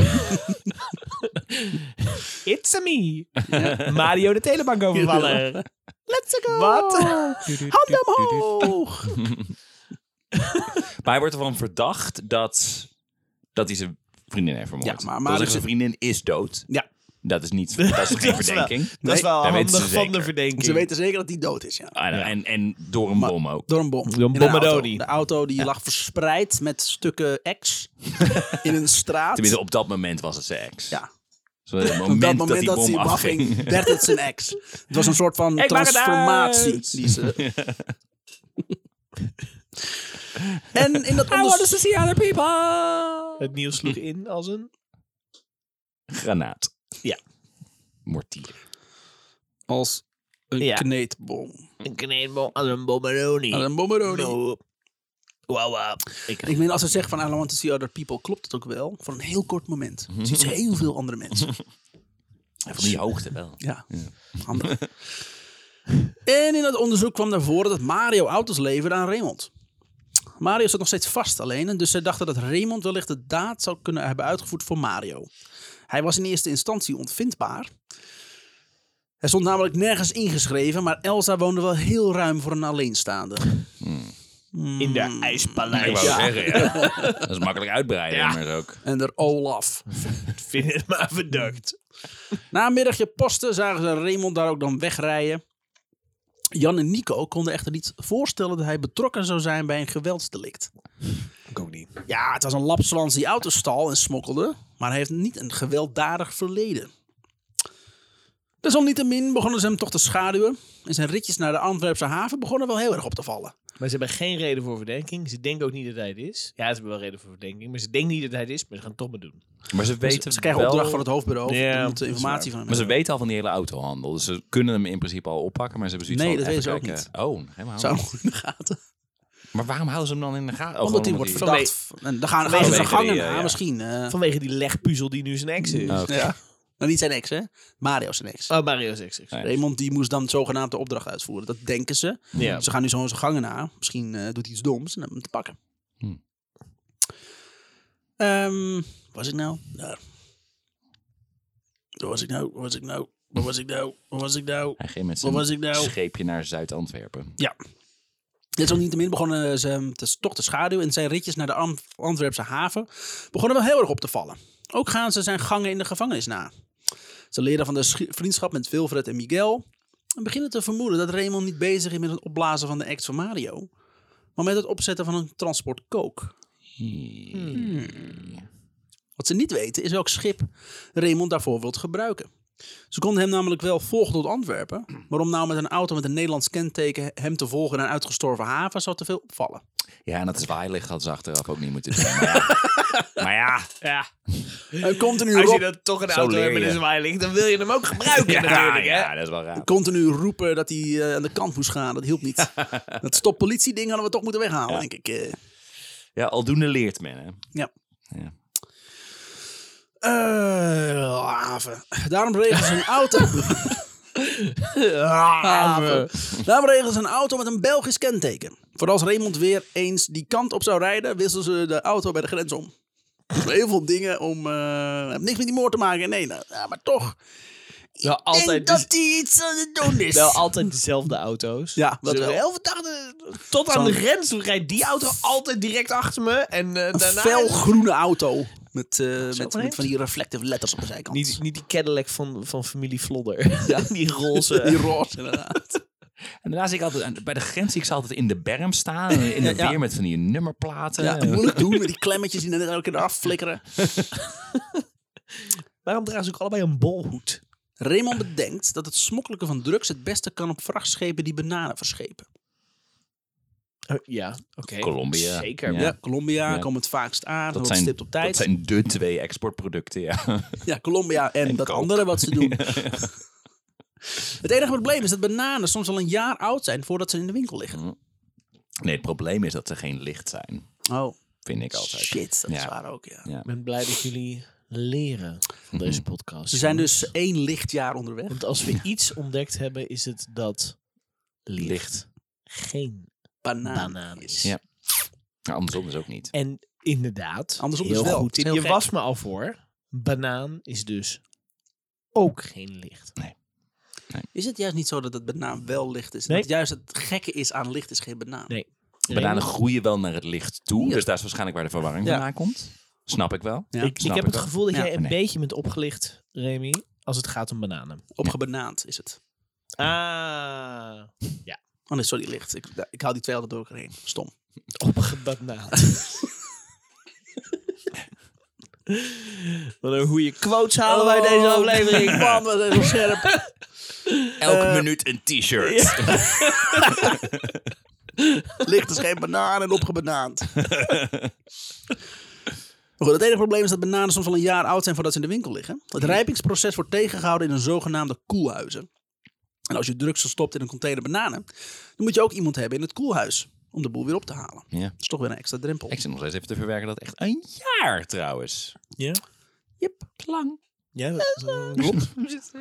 It's a me. Mario de telebankovervaller.
Let's go!
Wat?
Handen omhoog!
Maar hij wordt ervan verdacht dat, dat hij zijn vriendin heeft vermoord.
Ja, maar-
Dat
maar
wil
dus-
zeggen, zijn vriendin is dood.
Ja,
Dat is niet, dat is geen
Dat is wel-
verdenking.
Dat is
Nee,
wel
dat weten
handig
ze
van
zeker.
de verdenking.
ze weten zeker dat hij dood is, ja.
Ah, en, en, en door een bom ook.
Door een bom.
Door een
In auto.
bommerdoni.
De auto die lag verspreid met stukken ex in een straat.
Tenminste, op dat moment was het zijn ex.
Ja.
Zo, het
Op
moment,
dat moment
die
dat,
bom
hij hem
afging.
afging, werd het zijn ex. Het was een soort van
Ik maak het
transformatie.
uit.
Die ze... En in dat onderzoek...
see other people. Het nieuws sloeg in als een...
Granaat.
Ja.
Mortier.
Als een
Ja.
kneedbom.
Een kneedbom als een bommeroni.
Als een bommeroni.
No. Wow, wow. Ik,
Ik meen, als ze zeggen van I want to see other people, klopt het ook wel. Voor een heel kort moment. Je ziet heel veel andere mensen.
Van die hoogte wel.
Ja, handig. En in het onderzoek kwam naar voren dat Mario auto's leverde aan Raymond. Mario zat nog steeds vast alleen, dus zij dachten dat Raymond wellicht de daad zou kunnen hebben uitgevoerd voor Mario. Hij was in eerste instantie onvindbaar. Hij stond namelijk nergens ingeschreven, maar Elsa woonde wel heel ruim voor een alleenstaande.
in de ijspaleis.
Ik wou
Ja.
zeggen, ja. Dat is makkelijk uitbreiden,
Ja.
maar ook.
En er Olaf.
Vind het maar verdacht.
Na een middagje posten zagen ze Raymond daar ook dan wegrijden. Jan en Nico konden echter niet voorstellen dat hij betrokken zou zijn bij een geweldsdelict.
Ik ook niet.
Ja, het was een lapswans die auto's stal en smokkelde, maar hij heeft niet een gewelddadig verleden. Desalniettemin begonnen ze hem toch te schaduwen. En zijn ritjes naar de Antwerpse haven begonnen wel heel erg op te vallen.
Maar ze hebben geen reden voor verdenking. Ze denken ook niet dat hij het is. Ja, ze hebben wel reden voor verdenking. Maar ze denken niet dat hij het is, maar ze gaan het toch maar doen.
Maar ze
Ze,
weten
ze krijgen
wel...
opdracht van het hoofdbureau
Ja,
om
dat
de
is
informatie
waar.
van hem
Maar ze
te hebben.
weten al van die hele autohandel. Dus ze kunnen hem in principe al oppakken. Maar ze hebben zoiets
Nee,
van...
dat
even
weten ze ook
kijken. Oh, helemaal
Zou
niet.
hem in de gaten.
Maar waarom houden ze hem dan in de gaten? Oh,
Omdat hij
gewoon
wordt
omdat
verdacht. En dan gaan, gaan ze
Vanwege
zijn gangen
die,
na,
eh, ja.
misschien. eh.
Vanwege die legpuzzel die nu zijn ex is.
Oh, oké.
Ja. Nou, niet zijn ex, hè? Mario zijn ex.
Oh, Mario's ex. ex.
Nee.
Raymond die moest dan zogenaamd de opdracht uitvoeren. Dat denken ze.
Ja.
Ze gaan nu zo zijn gangen na. Misschien eh, doet hij iets doms en hebben hem te pakken.
Hm.
Ehm, waar was ik nou? Daar. Waar was ik nou? Waar was ik nou? Waar was ik nou? Waar was ik nou?
Hij ging met
Waar
zijn
was ik nou?
scheepje naar Zuid-Antwerpen.
Ja. Desalniettemin begonnen ze hem te, toch te schaduwen. En zijn ritjes naar de Ant- Antwerpse haven begonnen wel heel erg op te vallen. Ook gaan ze zijn gangen in de gevangenis na. Ze leren van de schi- vriendschap met Wilfred en Miguel. En beginnen te vermoeden dat Raymond niet bezig is met het opblazen van de act van Mario. Maar met het opzetten van een transport coke. Wat ze niet weten is welk schip Raymond daarvoor wilt gebruiken. Ze konden hem namelijk wel volgen tot Antwerpen. Maar om nou met een auto met een Nederlands kenteken hem te volgen naar een uitgestorven haven zou te veel opvallen.
Ja, en dat zwaailicht hadden ze achteraf ook niet moeten doen. Maar ja, maar ja.
Ja.
En continu,
Als je
roep,
dat toch een
Zo
auto
leer
hebt met
je.
een zwaailicht, dan wil je hem ook gebruiken natuurlijk. Hè?
ja, dat is wel raar.
continu roepen dat hij eh, aan de kant moest gaan. Dat hielp niet. Dat stop politie ding hadden we toch moeten weghalen,
Ja.
denk ik. eh.
Ja, aldoende leert men, hè.
Ja.
Ja.
Eh, haven. Daarom regelen ze een auto. haven. Daarom regelen ze een auto met een Belgisch kenteken. Voor als Raymond weer eens die kant op zou rijden, wisselen ze de auto bij de grens om. Dus heel veel dingen om... eh heeft niks met die moord te maken. Nee, nou, ja, maar toch.
Wel
Ik
altijd,
denk dat hij iets aan het doen is.
wel altijd dezelfde auto's.
Ja, dat
Ze
wel.
heel verdachte. Tot aan de grens rijdt die auto altijd direct achter me. En uh,
Een
daarna...
felgroene auto. Met, uh, met,
vreemd.
met van die reflective letters op de zijkant.
Niet, niet die Cadillac van, van familie Vlodder. Ja. Die roze.
die roze, inderdaad.
En daarna zie ik altijd, bij de grens zie ik ze altijd in de berm staan. In het
Ja.
weer met van die nummerplaten.
Ja, moeilijk doen met die klemmetjes die net elke keer eraf flikkeren.
Waarom dragen ze ook allebei een bolhoed?
Raymond bedenkt dat het smokkelen van drugs het beste kan op vrachtschepen die bananen verschepen.
Uh, ja, oké.
Colombia.
Zeker.
Ja.
Ja, Colombia
Ja.
komt het vaakst aan,
Dat
wordt
zijn,
stipt op tijd.
dat zijn de twee exportproducten, ja.
Ja, Colombia en,
En
dat
coke.
andere wat ze doen. Het enige probleem is dat bananen soms al een jaar oud zijn voordat ze in de winkel liggen.
Nee, het probleem is dat ze geen licht zijn.
Oh,
Vind ik altijd.
shit, dat is
Ja.
waar ook, ja.
Ja.
Ik ben blij dat jullie leren van deze podcast.
Ze zijn
jongens.
dus één lichtjaar onderweg.
Want als we iets ontdekt hebben, is het dat licht,
Licht.
geen
Banaan,
banaan
is.
is.
Ja. Maar andersom is ook niet.
En inderdaad,
Andersom
heel
dus wel.
goed.
Het is heel
Je
gek.
was me al voor. Banaan is dus ook geen licht.
Is het juist niet zo dat het banaan wel licht is?
Nee.
Dat juist het gekke is aan licht is geen banaan.
Nee.
Bananen groeien wel naar het licht toe.
Ja.
Dus daar is waarschijnlijk waar de verwarring
Ja.
vandaan komt. Snap ik wel.
Ja.
Ik, ik
Snap
heb
ik
het
wel.
gevoel dat
Ja,
jij een
nee.
beetje bent opgelicht, Remy, als het gaat om bananen.
Opgebanaand is het.
Ah, ja.
Oh nee, sorry, licht. Ik, ik haal die twee altijd door elkaar heen. Stom.
Opgebanaand. Wat een goede quotes halen wij deze aflevering.
Man, wat is zo scherp.
Elke
Eh,
minuut een t-shirt.
Licht is geen banaan en opgebanaand. Maar goed, het enige probleem is dat bananen soms al een jaar oud zijn voordat ze in de winkel liggen. Het rijpingsproces wordt tegengehouden in een zogenaamde koelhuizen. En als je drugs verstopt in een container bananen, dan moet je ook iemand hebben in het koelhuis. om de boel weer op te halen.
Ja.
Dat is toch weer een extra drempel.
Ik zit nog steeds even te verwerken dat echt een jaar trouwens.
Ja?
Yep.
Lang.
Ja, dat klopt.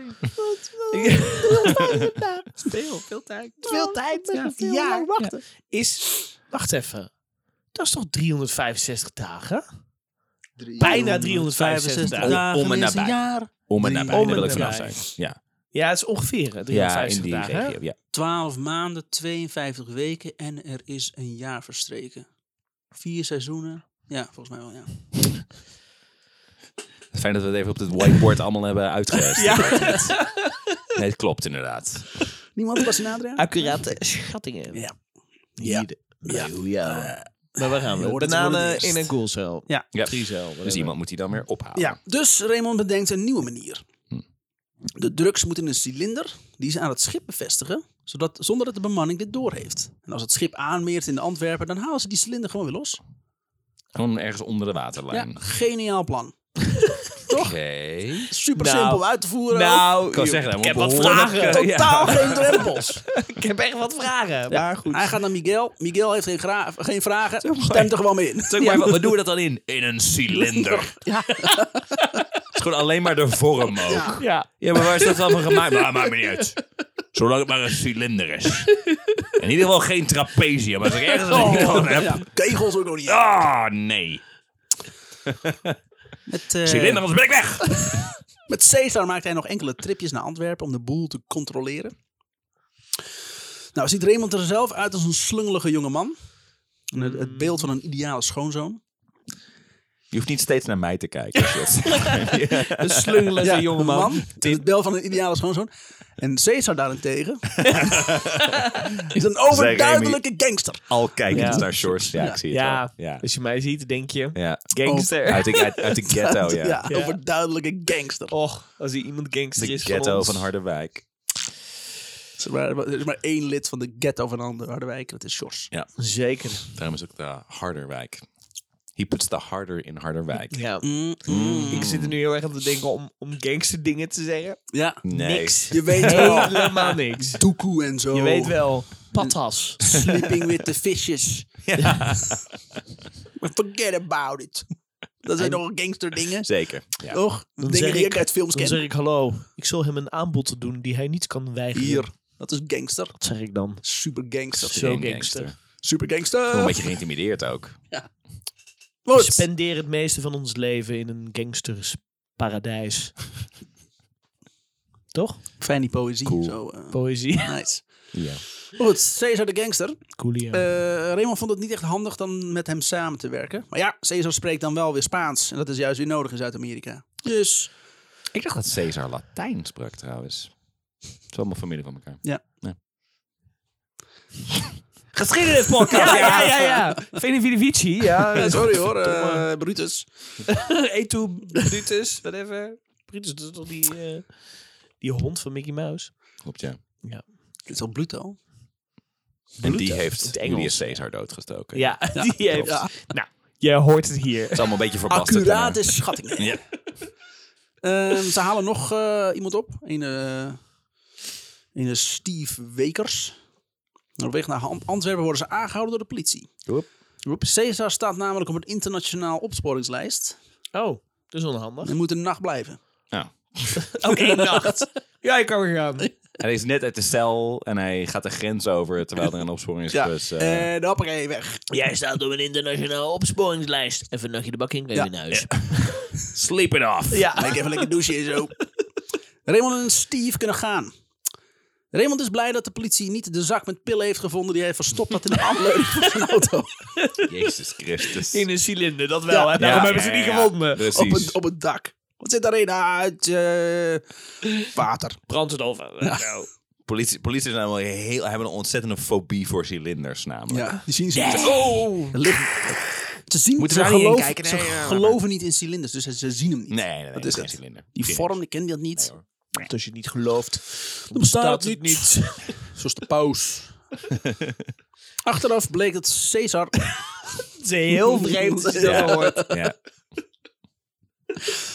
Veel, veel tijd. Veel tijd. Ja,
veel
ja,
lang wachten.
Is, wacht even. Dat is toch driehonderdvijfenzestig dagen? Bijna driehonderdvijfenzestig dagen.
dagen.
Om en
is een
nabij.
jaar.
Om en
Drie-
nabij,
om
daar wil
en
ik vanaf
nabij.
zijn. Ja,
Ja, het is ongeveer hè,
ja in
driehonderdvijfenzestig
die
dagen. hè?
regio. Ja.
twaalf maanden, tweeënvijftig weken en er is een jaar verstreken. Vier seizoenen. Ja, volgens mij wel, ja.
Fijn dat we het even op het whiteboard allemaal hebben uitgelegd.
Ja.
Nee, het klopt inderdaad.
Niemand was in Adriaan?
Accurate schattingen.
Ja.
Ja.
Ja.
ja. Maar waar gaan
Je
we?
hoort het voor
Bananen
het eerst.
in een koelcel.
Ja.
Ja.
Driecel.
Dus iemand moet die dan weer ophalen.
Ja, dus Raymond bedenkt een nieuwe manier. De drugs moeten in een cilinder die ze aan het schip bevestigen, zodat, zonder dat de bemanning dit doorheeft. En als het schip aanmeert in de Antwerpen, dan halen ze die cilinder gewoon weer los.
Gewoon ergens onder de
Ja,
waterlijn.
geniaal plan.
Oké.
Super
Nou,
simpel uit te voeren.
Nou,
Ik kan zeggen,
ik heb
want
wat
behoorlijk,
vragen.
eh,
Totaal geen drempels.
Ik heb echt wat vragen.
Ja,
Maar goed.
Hij gaat naar Miguel. Miguel heeft geen, gra- geen vragen. Stemt er gewoon mee in.
Zeg maar, wat doen we dat dan in? In een cilinder.
Ja.
Het is gewoon alleen maar de vorm ook. Ja,
Ja.
Ja.
maar waar is dat dan van gemaakt? Nou, maakt me niet uit. Zolang het maar een cilinder is. In ieder geval geen trapezium. Maar als ik ergens een ding van heb...
Ja, kegels ook nog niet.
Ah, nee.
Met, eh,
Cilinder, anders ben ik weg.
met Caesar maakt hij nog enkele tripjes naar Antwerpen om de boel te controleren. Nou, ziet Raymond er zelf uit als een slungelige jonge man. En Het, het beeld van een ideale schoonzoon.
Je hoeft niet steeds naar mij te kijken. Shit.
Een slungelige jonge man.
En Het beeld van een ideale schoonzoon. En Caesar daarentegen is een overduidelijke gangster.
Al kijkend
Ja.
naar Shores. Ja, ik zie het
Ja,
wel. Ja.
als je mij ziet, denk je...
Ja.
Gangster.
Uit, de, uit, uit de ghetto, ja.
Ja,
Ja.
overduidelijke gangster.
Och, als hij iemand gangster
De
is
ghetto
van ons.
van Harderwijk.
Er is maar, er is maar één lid van de ghetto van Harderwijk. Dat is Sjors.
Ja,
Zeker.
daarom is ook de Harderwijk. He puts the harder in Harderwijk.
Ja.
Mm, mm.
Ik zit er nu heel erg aan te denken om, om gangster dingen te zeggen.
Ja,
Nee.
Niks.
je weet wel.
Helemaal niks.
Doekoe en zo.
Je weet wel. Patas.
Sleeping with the fishes.
Ja.
Forget about it. Dat zijn toch gangster dingen?
Zeker. Ja.
Toch?
Dan
Dingen
zeg
die
ik-
ik uit films
Dan
ken.
zeg ik hallo. Ik zal hem een aanbod doen die hij niet kan weigeren.
Hier. Dat is gangster.
Wat zeg ik dan?
Super gangster.
Zo
Geen
gangster.
Super
Gewoon een
gangster.
beetje geïntimideerd ook.
We
Goed.
spenderen het meeste van ons leven in een gangstersparadijs. Toch?
Fijn die poëzie.
Cool.
Zo, eh,
Poëzie.
nice.
Ja.
Goed, Caesar de gangster.
Coolio.
Eh Raymond vond het niet echt handig dan met hem samen te werken. Maar ja, Caesar spreekt dan wel weer Spaans. En dat is juist weer nodig in Zuid-Amerika. Dus,
Ik dacht dat Caesar Latijn sprak trouwens. Het is allemaal familie van elkaar.
ja.
Geschiedenispodcast. Ja, ja, ja. ja. Veni Vidi Vici. Ja,
Ja, sorry hoor, eh, Brutus.
Etu Brutus, whatever. Brutus, dat is toch die, eh, die hond van Mickey Mouse?
Klopt, ja.
Dit is al Bluto.
En die
in
heeft
het Engels.
Julius Caesar doodgestoken.
Ja, die heeft...
Ja.
Nou, jij hoort het hier.
Het is allemaal een beetje verbasterd.
Accurate schattingen.
Ja.
Ehm, ze halen nog eh, iemand op. Een, eh, een Steve Wekers. Op weg naar Ant- Antwerpen worden ze aangehouden door de politie.
Oep.
Oep. Caesar staat namelijk op een internationaal opsporingslijst.
Oh, dat is onhandig.
En moet een nacht blijven.
Ja.
Ook één nacht. Ja, ik kan weer gaan.
Hij is net uit de cel en hij gaat de grens over terwijl er een opsporingsbus...
Ja,
eh,
en hoppakee, weg.
Jij staat op een internationaal opsporingslijst. Even een nachtje de bak in, kan je
Ja.
weer naar huis.
Sleep it off.
Ja.
Ik even lekker douchen en zo. Raymond en Steve kunnen gaan. Raymond is blij dat de politie niet de zak met pillen heeft gevonden die hij verstopt had in de aanleuning van zijn auto.
Jezus Christus.
In een cilinder, dat wel.
Ja.
hè? Daarom
Ja,
hebben ze
ja,
niet
ja.
gevonden.
Op
Precies.
het, op het dak. Wat zit daarin? Uit uh, water.
Brandstof. Nou.
Politie, politie zijn wel heel, hebben een ontzettende fobie voor cilinders namelijk.
Ja, die zien ze
Yes.
niet.
Oh!
Er ligt- Ze zien
Moeten
ze
we daar niet in
geloven,
kijken?
ze
Nee, ja, maar-
geloven niet in cilinders, dus ze, ze zien hem niet.
Nee, nee, nee.
Wat
dat
is
geen
het?
cilinder.
Die
Zie je
vorm,
niet.
die ken die dat niet.
Nee, hoor.
Als je niet gelooft, dan
bestaat
bestaat het
het
niet.
Zoals de paus. Achteraf bleek dat Caesar...
Het is heel vreemd als je dat
Ja.
hoort.
Ja.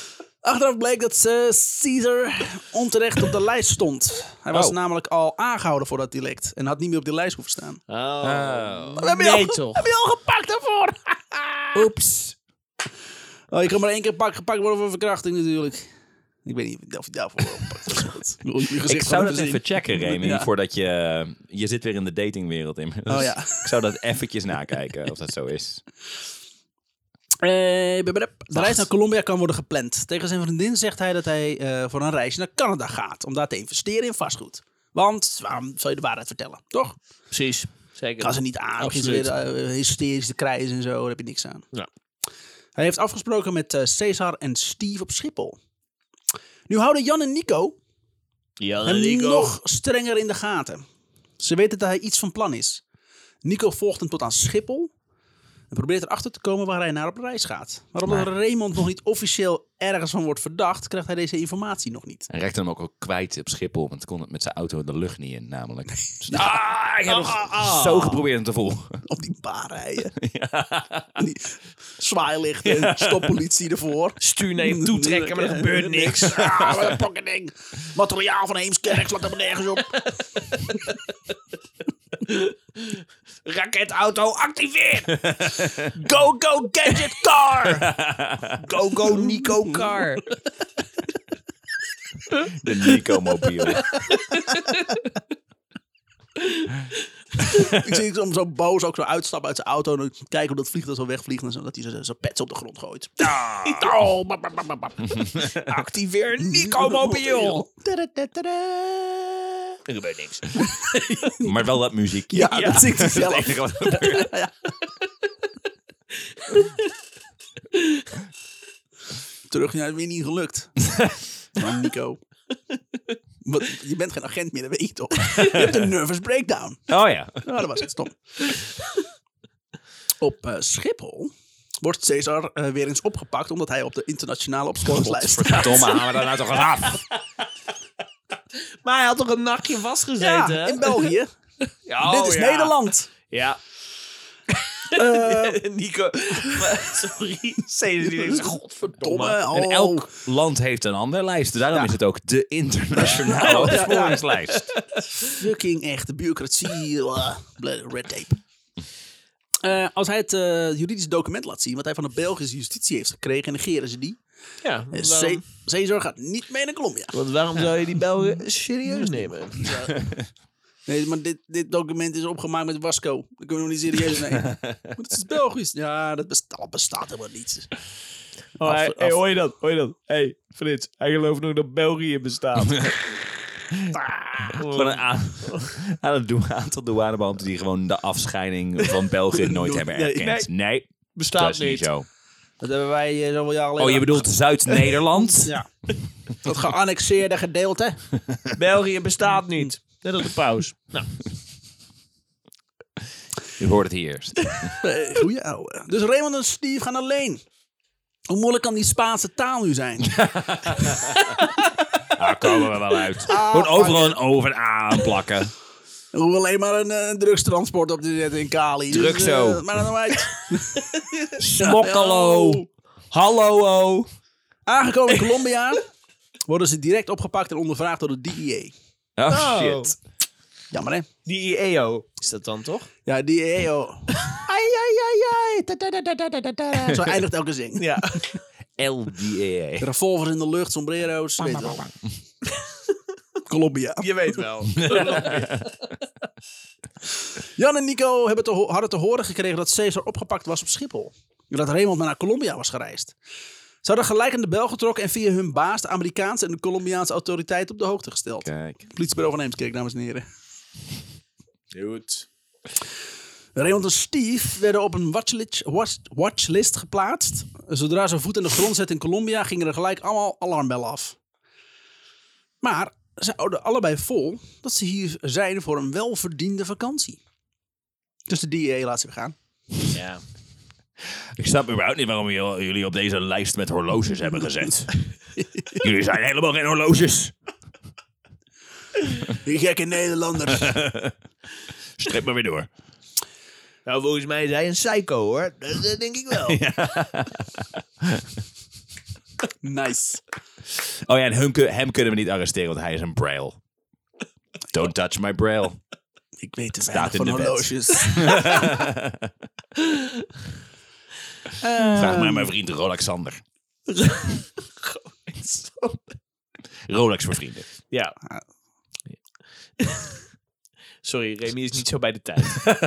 Achteraf bleek dat uh, Caesar onterecht op de lijst stond. Hij was
Oh.
namelijk al aangehouden voor dat delict. En had niet meer op die lijst hoeven staan.
Oh.
Oh.
We hebben je
Nee,
al,
toch?
heb je al gepakt daarvoor?
Oeps.
Oh, je kan maar één keer pak, gepakt worden voor verkrachting natuurlijk. Ik weet niet of je daarvoor wel gepakt was. Goed. Ik, bedoel, je gezicht
Ik zou
gewoon
dat
zien.
even checken, Remy,
Ja.
voordat je... Je zit weer in de datingwereld inmiddels.
Oh ja.
Ik zou dat eventjes nakijken of dat zo is.
Eh, bebep. de reis naar Colombia kan worden gepland. Tegen zijn vriendin zegt hij dat hij uh, voor een reisje naar Canada gaat. Om daar te investeren in vastgoed. Want waarom zou je de waarheid vertellen? Toch?
Precies. Zeker.
Kan ze niet aan. Begint ze weer uh, hysterisch te krijgen en zo. Daar heb je niks aan.
Ja.
Hij heeft afgesproken met uh, Cesar en Steve op Schiphol. Nu houden Jan en Nico
Jan
hem
en Nico.
nog strenger in de gaten. Ze weten dat hij iets van plan is. Nico volgt hem tot aan Schiphol en probeert erachter te komen waar hij naar op reis gaat. Maar omdat
Maar-
Raymond nog niet officieel ergens van wordt verdacht, krijgt hij deze informatie nog niet.
Hij raakte hem ook al kwijt op Schiphol, want kon het met zijn auto de lucht niet in, namelijk. Dus, ah, ik heb nog
Ah, ah.
zo geprobeerd hem te volgen.
Op die bar rijden. En die zwaailichten, stoppolitie ervoor.
Stuur naar je toe trekken, maar er gebeurt niks.
Ah, wat een pokkending. Materiaal van Heemskerk slaat er nergens op.
Raketauto, activeer!
Go, go, gadget car!
Go, go, Nico car.
De Nico-mobiel.
Ik zie hem zo boos ook zo uitstappen uit zijn auto. En dan kijken hoe dat vliegtuig zo wegvliegt. En zo, dat hij zo- zijn pets op de grond gooit. Oh, bap, bap, bap, bap.
Activeer Nico mobiel. Er gebeurt niks.
Maar wel dat muziekje.
Ja, dat zingt hij
Dat is het
zelf.
enige wat er gebeurt.
Terug naar weer niet gelukt. Man, Nico. Wat, je bent geen agent meer, dat weet je toch? Je hebt een nervous breakdown.
Oh ja.
Nou, dat was het stom. Op uh, Schiphol wordt Cesar uh, weer eens opgepakt omdat hij op de internationale opsporingslijst staat.
Verdomme, halen we daar nou toch eens af.
Maar hij had toch een nachtje vastgezeten?
Ja, in België.
Ja,
Dit
oh,
is
ja.
Nederland.
Ja.
Uh,
Nico. Sorry. Zei die denkt, godverdomme.
domme,
En
oh.
elk land heeft een andere lijst. Daarom
Ja.
is het ook de internationale
Ja, ja.
opsporingslijst.
Fucking echte bureaucratie. uh, Red tape. Uh, als hij het uh, juridische document laat zien wat hij van de Belgische justitie heeft gekregen, negeren ze die.
Ja,
Uh,
waarom,
Ce- Cesar gaat niet mee naar Colombia.
want waarom zou je die Belgen serieus nemen?
Nee, maar dit, dit document is opgemaakt met Wasco. Dat kunnen we nog niet serieus nemen. Maar het is Belgisch. Ja, dat bestaat, bestaat helemaal niet.
Oh,
Af-
hij,
af-
hey, hoor je dat? Hoor je dat? Hé, hey, Frits, hij gelooft nog dat België bestaat.
Gewoon een a- aan het doen- aantal douanebeambten die gewoon de afscheiding van België nooit hebben
Nee,
erkend. Nee, dat
Bestaat
is niet
niet.
zo.
Dat hebben wij uh, zoveel jaar geleden.
Oh, je bedoelt Zuid-Nederland?
Ja. Dat geannexeerde gedeelte.
België bestaat niet. Net als de paus. Nou,
Je hoort het hier eerst.
Hey, goeie ouwe. Dus Raymond en Steve gaan alleen. Hoe moeilijk kan die Spaanse taal nu zijn?
Daar komen we wel uit.
Ah,
Gewoon overal een over aan plakken.
We hoeven alleen maar een uh, drugstransport op te zetten in Cali.
Druk
Dus,
zo.
uh, maar dan uit.
Smokkelo. Hallo.
Aangekomen in Colombia worden ze direct opgepakt en ondervraagd door de D E A.
Oh, shit.
Jammer hè?
die I E O is dat dan toch?
Ja, D E A. Oh. Ai, ai, ai, ai. Ta, ta, ta, ta, ta, ta, ta. Zo eindigt elke zin.
Ja.
L D E A.
Revolvers in de lucht, sombrero's. Weet je wel. Colombia.
Je weet wel.
Jan en Nico hebben te ho- hadden te horen gekregen dat Cesar opgepakt was op Schiphol. En dat Raymond naar Colombia was gereisd. Ze hadden gelijk aan de bel getrokken en via hun baas de Amerikaanse en de Colombiaanse autoriteiten op de hoogte gesteld.
Kijk.
Politiebureau van Heemskerk, dames en heren.
Goed.
Raymond en Steve werden op een watchlist, watch- watchlist geplaatst. Zodra ze voet aan de grond zetten in Colombia gingen er gelijk allemaal alarmbellen af. Maar ze houden allebei vol dat ze hier zijn voor een welverdiende vakantie. Dus de D E A laat ze weer gaan.
Ja.
Ik snap überhaupt niet waarom jullie op deze lijst met horloges hebben gezet. Jullie zijn helemaal geen horloges.
Die gekke Nederlanders.
Strip maar weer door.
Nou, volgens mij is hij een psycho, hoor. Dat, dat denk ik wel.
Nice.
Oh ja, en hem, hem kunnen we niet arresteren, want hij is een braille. Don't touch my braille.
Ik weet het
Staat
weinig
in
van
de wet.
horloges.
Vraag maar aan mijn vriend Rolexander. Rolex voor vrienden.
Ja. Sorry, Remy is niet zo bij de tijd.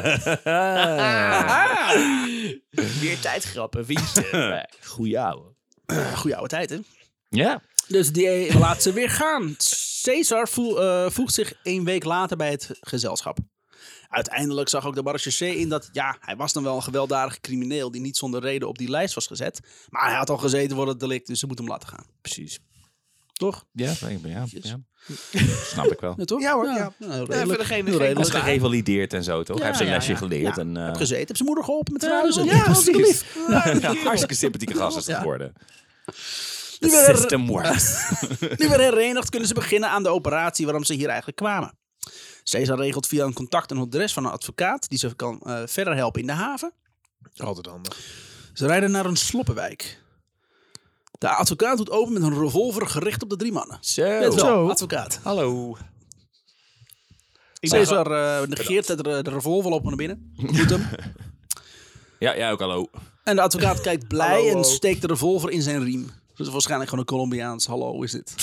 Weer tijdgrappen, vind je? Goeie ouwe.
Goeie oude tijd, hè?
Ja.
Dus die laat ze weer gaan. Caesar voel, uh, voegt zich een week later bij het gezelschap. Uiteindelijk zag ook de marechaussee in dat... ja, hij was dan wel een gewelddadige crimineel... die niet zonder reden op die lijst was gezet. Maar hij had al gezeten voor het delict, dus ze moeten hem laten gaan.
Precies.
Toch?
Ja, ja, ja. Snap ik wel.
Ja, toch?
Ja, hoor, ja.
Nou, heel
Ja,
redelijk.
verder geen-
Heel
geen-
Hij
redelijk.
is gerevalideerd en zo, toch?
Ja,
hij heeft zijn
ja,
lesje
ja.
geleerd.
Ja,
En, uh,
heb gezeten, heb zijn moeder geholpen met verhuizen.
Ja,
Ja,
precies.
hartstikke lief.
ja, hartstikke sympathieke gast is het
Ja.
geworden.
Nu
The
weer,
system works.
nu weer herenigd kunnen ze beginnen aan de operatie waarom ze hier eigenlijk kwamen. Caesar regelt via een contact een adres van een advocaat die ze kan uh, verder helpen in de haven.
Altijd handig.
Ze rijden naar een sloppenwijk. De advocaat doet open met een revolver gericht op de drie mannen.
Zo.
Let wel,
Zo.
advocaat.
Hallo.
Ik ben
Caesar uh, negeert het, de revolver op naar binnen. Doet hem.
Ja, ja, ook hallo.
En de advocaat kijkt blij
Hallo,
en
hallo.
steekt de revolver in zijn riem. Dat is waarschijnlijk gewoon een Colombiaans. Hallo, is dit?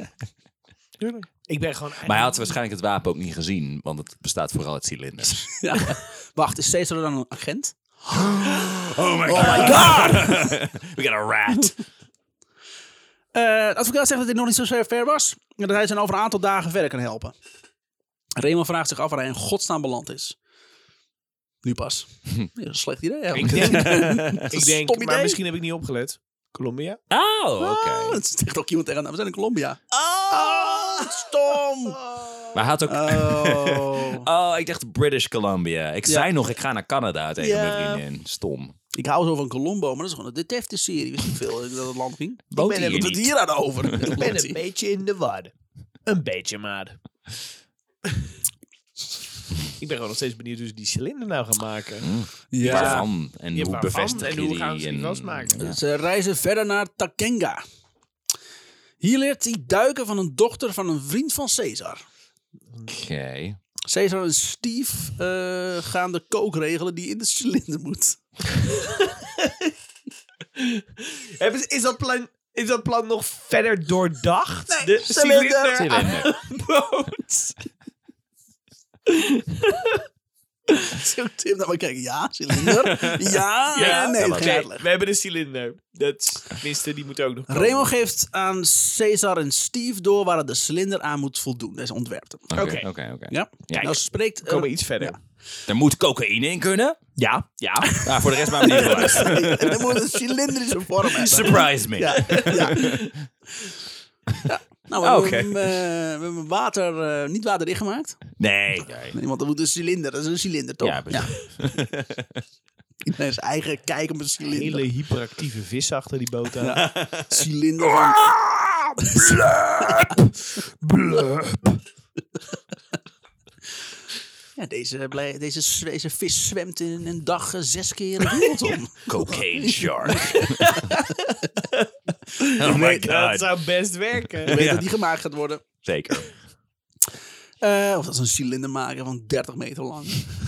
Ik ben gewoon...
Maar hij had waarschijnlijk het wapen ook niet gezien, want het bestaat vooral uit cilinders.
Ja. Wacht, is Caesar dan een agent?
Oh my
Oh my god!
We got a rat.
Uh, de advocaat zegt dat hij nog niet zo ver was. En dat hij ze over een aantal dagen verder kan helpen. Raymond vraagt zich af waar hij in godsnaam beland is. Nu pas. Dat is een slecht idee. eigenlijk.
Ik denk,
Dat is
ik
een
denk
stom
maar
idee.
misschien heb ik niet opgelet. Colombia?
Oh, oké.
Ah, dat zegt ook iemand tegen hem. We zijn in Colombia. Ah, stom.
Maar hij had ook...
Oh.
Oh, ik dacht British Columbia. Ik
Ja.
zei nog, ik ga naar Canada tegen
Ja.
mijn vriendin. Stom.
Ik hou zo van Colombo, maar dat is gewoon een detective-serie. Wist niet veel dat het land ging.
Woont
Ik
hij
ben
hier
het
niet?
hier aan over.
Ik ben een beetje in de war. Een beetje maar. Ik ben gewoon nog steeds benieuwd hoe ze die cilinder nou gaan maken.
Ja.
Waarvan? En
Ja,
hoe
waarvan
bevestig
en
je
hoe
die?
gaan ze die
en-
vastmaken?
Ja.
Ze reizen verder naar Takenga. Hier leert hij duiken van een dochter van een vriend van Caesar.
Oké.
Caesar en Steve uh, gaan de kook regelen die in de cilinder moet.
Hebben ze- Is dat plan, is dat plan nog verder doordacht?
Nee,
de
cilinder.
cilinder aan
Cilinder.
de boot.
Zo Tim naar me kijken. Ja, cilinder. Ja,
Ja,
nee,
dat
geen
Oké,
uitleg.
we hebben de cilinder. Dat, tenminste, die moet ook nog komen.
Raymond geeft aan Caesar en Steve door waar het de cilinder aan moet voldoen. Deze ontwerpt hem.
Oké,
Oké.
oké, oké.
Ja,
Kijk.
nou spreekt...
We komen
uh,
iets verder.
ja.
Er moet cocaïne in kunnen.
Ja, ja.
Nou, voor de rest maar niet geluisterd.
En dan moet een cilindrische vorm hebben.
Surprise me.
Ja, ja. Ja. Nou, we,
Ah,
hebben,
oké.
hem, uh, we hebben water, uh, niet waterdicht gemaakt.
Nee. nee.
Nee, want dan moet een cilinder. Dat is een cilinder, toch?
Ja, precies.
Iedereen zijn eigen kijk op een cilinder.
Hele hyperactieve vis achter die boot aan.
Cilinder van... Ja, deze, blij, deze, deze vis zwemt in een dag uh, zes keer de wereld om.
Cocaine shark. Oh my
Dat
god.
zou best werken.
Je weet
Ja.
dat die gemaakt gaat worden.
Zeker.
Uh, of dat is een cilinder maken van dertig meter lang.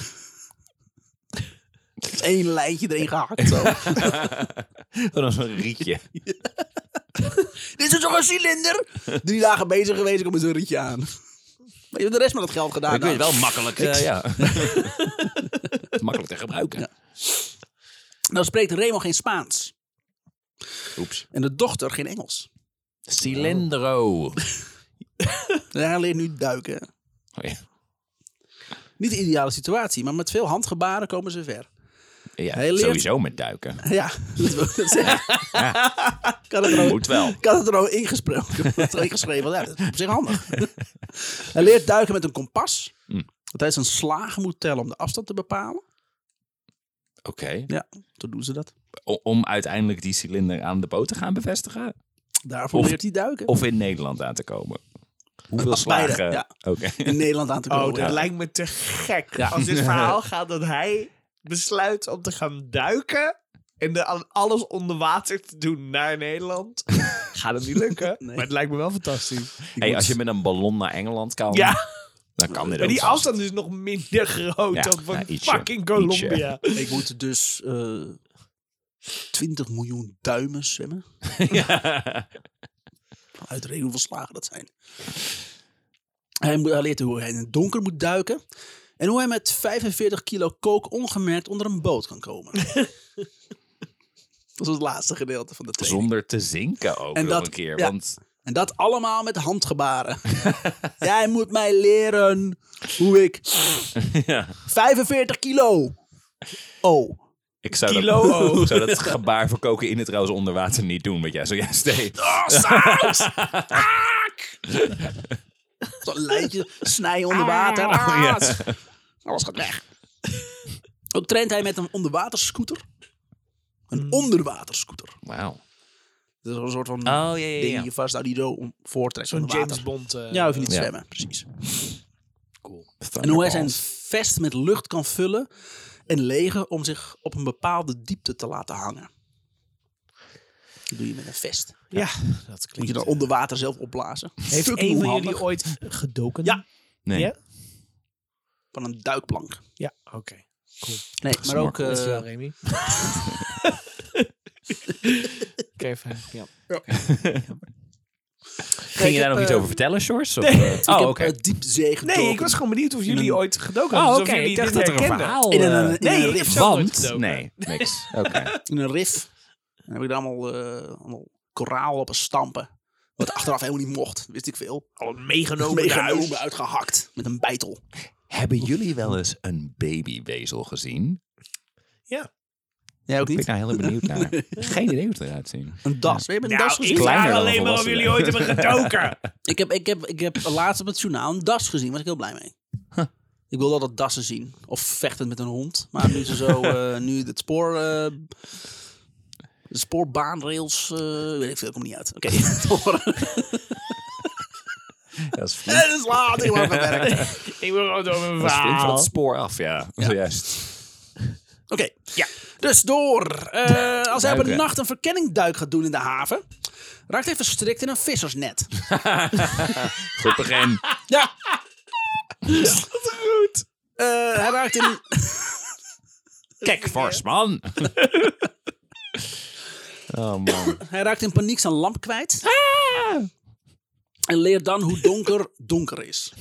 Eén lijntje erin gehakt zo.
Dan zo'n rietje.
Dit is toch een cilinder? Drie dagen bezig geweest, ik kom met zo'n rietje aan. Maar je hebt de rest met dat geld gedaan.
Ik weet
nou.
wel makkelijk. eh, ja. Makkelijk te gebruiken.
Ja. Nou spreekt Raymond geen Spaans.
Oeps.
En de dochter geen Engels.
Cilindro.
En hij leert nu duiken.
Oh, ja.
Niet de ideale situatie, maar met veel handgebaren komen ze ver.
Ja,
Hij leert-
sowieso met duiken.
Ja, dat wil ik zeggen. Kan het er ook,
Moet wel.
kan het er ook ingesproken, wat er ingeschreven. Ja, dat is op zich handig. Hij leert duiken met een kompas.
Mm.
Dat hij zijn slagen moet tellen om de afstand te bepalen.
Oké.
Ja, zo doen ze dat.
O- Om uiteindelijk die cilinder aan de boot te gaan bevestigen?
Daarvoor
Of-
leert hij duiken.
Of in Nederland aan te komen? Hoeveel
Beide,
slagen?
ja.
Oké.
in Nederland aan te komen.
Oh, dat
ja.
lijkt me te gek.
Ja.
Als dit verhaal gaat dat hij besluit om te gaan duiken en de, alles onder water te doen naar Nederland. Gaat het niet lukken,
Nee.
maar het lijkt me wel fantastisch.
Hey, als je met een ballon naar Engeland kan,
Ja,
dan kan dit
maar
ook
die
vast.
afstand is nog minder groot
Ja,
dan van
ja, ietsje,
fucking Colombia.
Ik moet dus uh, twintig miljoen duimen zwemmen.
Ja.
Uitrekenen hoeveel slagen dat zijn. Hij, moet, hij leert hoe hij in het donker moet duiken. En hoe hij met vijfenveertig kilo kook ongemerkt onder een boot kan komen. Dat is het laatste gedeelte van de training.
Zonder te zinken ook
En
nog
dat-
een keer.
ja.
Want
En dat allemaal met handgebaren. Jij moet mij leren hoe ik...
ja,
vijfenveertig kilo. Oh.
ik zou,
Kilo
dat,
ook.
ik zou dat gebaar voor cocaïne trouwens onder water niet doen, wat jij zojuist deed.
Oh, saus! Zo'n lijntje snijden onder water.
ja.
Alles gaat weg. Ook traint hij met een onderwaterscooter. Een onderwaterscooter.
Wauw.
Dat is een soort van
Oh, ja, ja,
ding
ja.
die je vast nou die zo om voortrekt
Zo'n
onder water.
James Bond. Uh,
Ja, hoef je niet te
Ja.
zwemmen. Precies.
Cool.
En hoe hij zijn vest met lucht kan vullen en legen om zich op een bepaalde diepte te laten hangen. Dat doe je met een vest.
Ja, dat klinkt...
Moet je dan onder water zelf opblazen.
Heeft
Fucking
een van
onhandig.
jullie ooit gedoken?
Ja.
Nee.
Ja?
Van een duikplank.
Ja, oké. Okay.
Nee, maar ook...
Dat is
eh,
wel, Remy. Oké, fijn. Ja.
Ging je daar nog iets
eh,
over vertellen, Sjors? Of,
nee.
eh,
Ik
oh,
heb
oké.
eh, diepzee gedoken.
Nee, ik was gewoon benieuwd of jullie
een-
ooit gedoken
Oh,
hadden.
oké.
Of jullie
Ik dacht
dit
dat er een
herkenden.
verhaal...
In een-
eh,
in
Nee,
een
ik heb
rif.
zelf nooit
Want?
gedoken.
Nee, niks. Oké.
In een rif. Dan heb ik daar allemaal, eh, allemaal koraal op een stampen. Wat achteraf helemaal niet mocht. Wist ik veel.
Al meegenomen naar
Meegenomen,
huis.
uitgehakt. Met een bijtel.
Hebben jullie wel eens een babywezel gezien?
Ja.
Jij ook
Ik ben
niet?
daar heel benieuwd naar. Geen idee hoe het eruit ziet.
Een das. We hebben een
Nou,
das
ik
gezien.
Kleiner
vraag
dan
alleen maar of
volwassenen.
jullie ooit hebben gedoken.
Ik heb, ik, heb, ik heb laatst op het journaal een das gezien. Daar was ik heel blij mee. Ik wilde altijd dassen zien. Of vechtend met een hond. Maar nu ze zo... eh, nu het spoor... eh, de spoorbaanrails... eh, weet ik veel, komt niet uit. Oké.
Dat is flink,
Het is laat. Ik word gewerkt.
Ik wil gewoon door mijn
dat is flink van
verhaal.
het spoor af, ja. Zojuist.
Oké. Ja. Dus door. Eh, als hij op een
Duiken.
nacht een verkenningduik gaat doen in de haven... raakt hij verstrikt in een vissersnet.
Goed begin.
Ja. Goed. Eh, hij raakt in...
Kijk, Forsman. Oh man.
Hij raakt in paniek zijn lamp kwijt. En leert dan hoe donker donker is.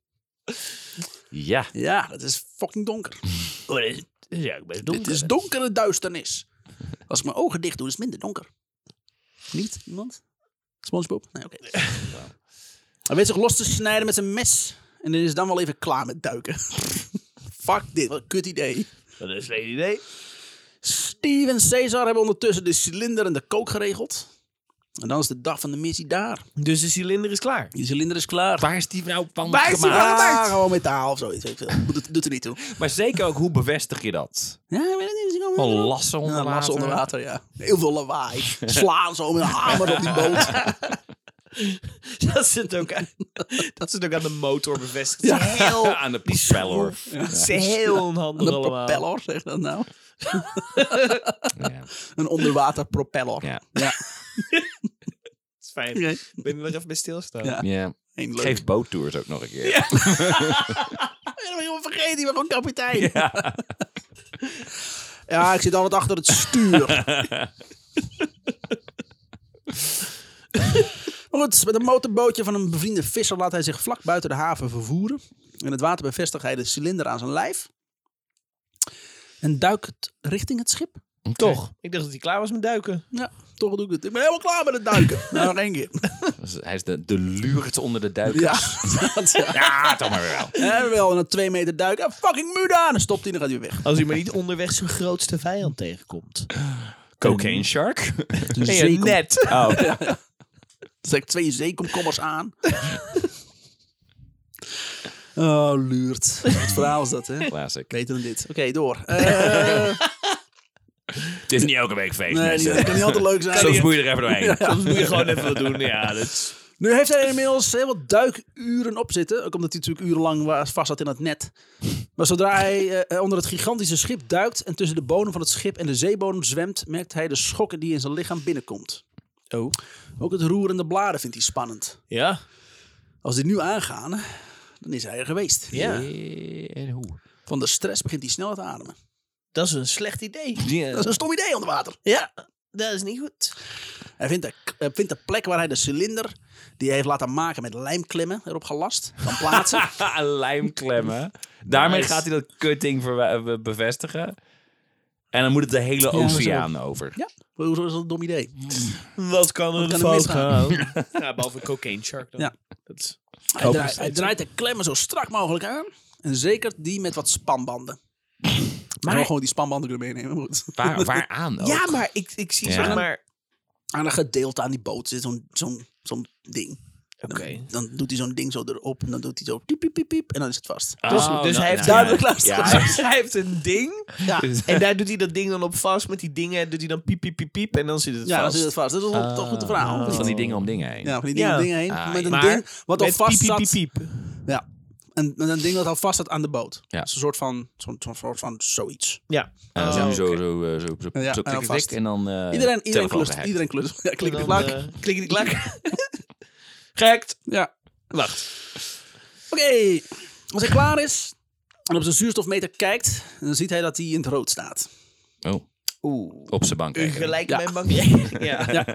Ja.
Ja, dat is fucking donker.
Oh, dit is- dit is ja, best
Dit
donker.
is donkere duisternis. Als ik mijn ogen dicht doe, is het minder donker. Niet? Iemand? SpongeBob? Nee, oké. Hij weet zich los te snijden met zijn mes. En dan is dan wel even klaar met duiken. Fuck dit, wat een kut idee.
Dat is een slecht idee.
Steve en Cesar hebben ondertussen de cilinder en de kook geregeld. En dan is de dag van de missie daar.
Dus de cilinder is klaar.
Die cilinder is klaar.
Waar is die nou van
Waar is die
gemaakt?
van?
Ja, gewoon metaal of zoiets. Weet ik veel. Doet, doet er niet toe.
Maar zeker ook, hoe bevestig je dat?
Ja, ik weet het niet. Misschien
Gewoon
wel-
lassen onder
Ja,
water?
lassen onder water, ja. Heel veel lawaai. Slaan zo met een hamer op die boot.
Dat zit ook aan, dat zit ook aan de motor bevestigd.
Ja.
Het is heel,
Aan de propeller.
het is heel onhandig
Een
allemaal.
propeller, zeg dat nou.
Ja.
Een onderwater propeller.
Ja.
Ja.
Dat is fijn.
Oké.
Ben je er even bij stilstaan?
Ja.
Ja.
Eén leuk.
Geef boottours ook nog een keer.
Ja. Ik ben helemaal vergeten, ik ben gewoon kapitein.
Ja.
Ja, ik zit altijd achter het stuur. Maar goed, met een motorbootje van een bevriende visser laat hij zich vlak buiten de haven vervoeren. In het water bevestigt hij de cilinder aan zijn lijf. En duikt richting het schip.
Toch? Ik dacht dat hij klaar was met duiken.
Ja, toch doe ik het. Ik ben helemaal klaar met het duiken. Nou, nog één keer.
Dus hij is de, de luurt onder de duikers.
Ja, dat, ja.
Ja, toch maar weer wel.
En wel een twee meter duiken. Ah, fucking Muda! En dan stopt hij en dan gaat hij weer weg.
Als hij maar niet onderweg zijn grootste vijand tegenkomt.
Cocaine shark?
De
Nee,
zeekom-
net.
Oh.
Dan zet ik twee zeekomkommers aan. Oh, luurt. Wat verhaal is dat, hè?
Classic.
Beter dan dit. Oké, door. Eh,
Het is niet elke week feest,
nee,
mensen.
dat kan niet altijd leuk zijn.
Soms moet je er even doorheen.
Soms moet je gewoon even wat doen. Ja, dat is...
Nu heeft hij inmiddels heel wat duikuren op zitten. Ook omdat hij natuurlijk urenlang wa- vast zat in het net. Maar zodra hij eh, onder het gigantische schip duikt en tussen de bodem van het schip en de zeebodem zwemt, merkt hij de schokken die in zijn lichaam binnenkomt.
Oh.
Ook het roer en de bladen vindt hij spannend.
Ja.
Als die nu aangaan, dan is hij er geweest.
Ja.
En hoe?
Van de stress begint hij snel te ademen.
Dat is een slecht idee.
Ja.
Dat is een stom idee onder water.
Ja, dat is niet goed.
Hij vindt de, hij vindt de plek waar hij de cilinder die hij heeft laten maken met lijmklemmen erop gelast kan plaatsen.
Lijmklemmen. Daarmee
Nice.
gaat hij dat kutding verwa- be- bevestigen. En dan moet het de hele
Ja,
oceaan over.
Ja, hoezo is dat een dom idee?
Wat kan er
kan er
fout
misgaan?
gaan? Ja, behalve cocaine shark dan.
Ja.
Dat is...
Hij,
Hoop
draait,
is
hij
steeds
draait de klemmen zo strak mogelijk aan. En zeker die met wat spanbanden. Maar
Maar-
gewoon die spanbanden kunnen meenemen. maar goed.
Waar, waar aan ook?
Ja, maar ik, ik zie
Ja.
zeg maar...
Aan een gedeelte aan die boot zit zo'n zo'n zo'n ding.
Oké.
Dan, dan doet hij zo'n ding zo erop. En dan doet hij zo piep, piep, piep, piep. En dan is het vast.
Dus,
Oh,
dus
nou,
hij heeft
nou,
duidelijk
ja.
luisteren.
Ja,
Dus hij heeft een ding.
Ja,
En daar doet hij dat ding dan op vast. Met die dingen doet hij dan piep, piep, piep, piep. En dan zit het
ja dan
vast.
zit het vast. Dat is wel toch goed te verhaal.
Ah, van die dingen om dingen heen.
Ja, van die dingen,
Ja.
dingen heen.
Ah,
met een
maar
ding wat al
Met
vast
piep, piep,
zat.
piep, piep.
Ja. En met een ding dat al vast zat aan de boot.
Ja.
Dat is een soort van, zo'n zo'n soort van zoiets.
Ja.
En dan
Oh,
zie je zo,
oké.
zo, eh, zo, zo,
Ja,
zo
en dan
klik,
vast.
klik, en dan eh
Iedereen, iedereen
telefoon
klust.
gehackt.
Iedereen klust. Ja, klik,
En
klik,
dan,
klak.
eh, klik, klik, klak. Gekt.
Ja.
Wacht.
Oké. Als hij klaar is en op zijn zuurstofmeter kijkt, dan ziet hij dat hij in het rood staat.
Oh,
Oeh.
op zijn bank.
Gelijk
Ja.
mijn bankje. Ja.
Ja.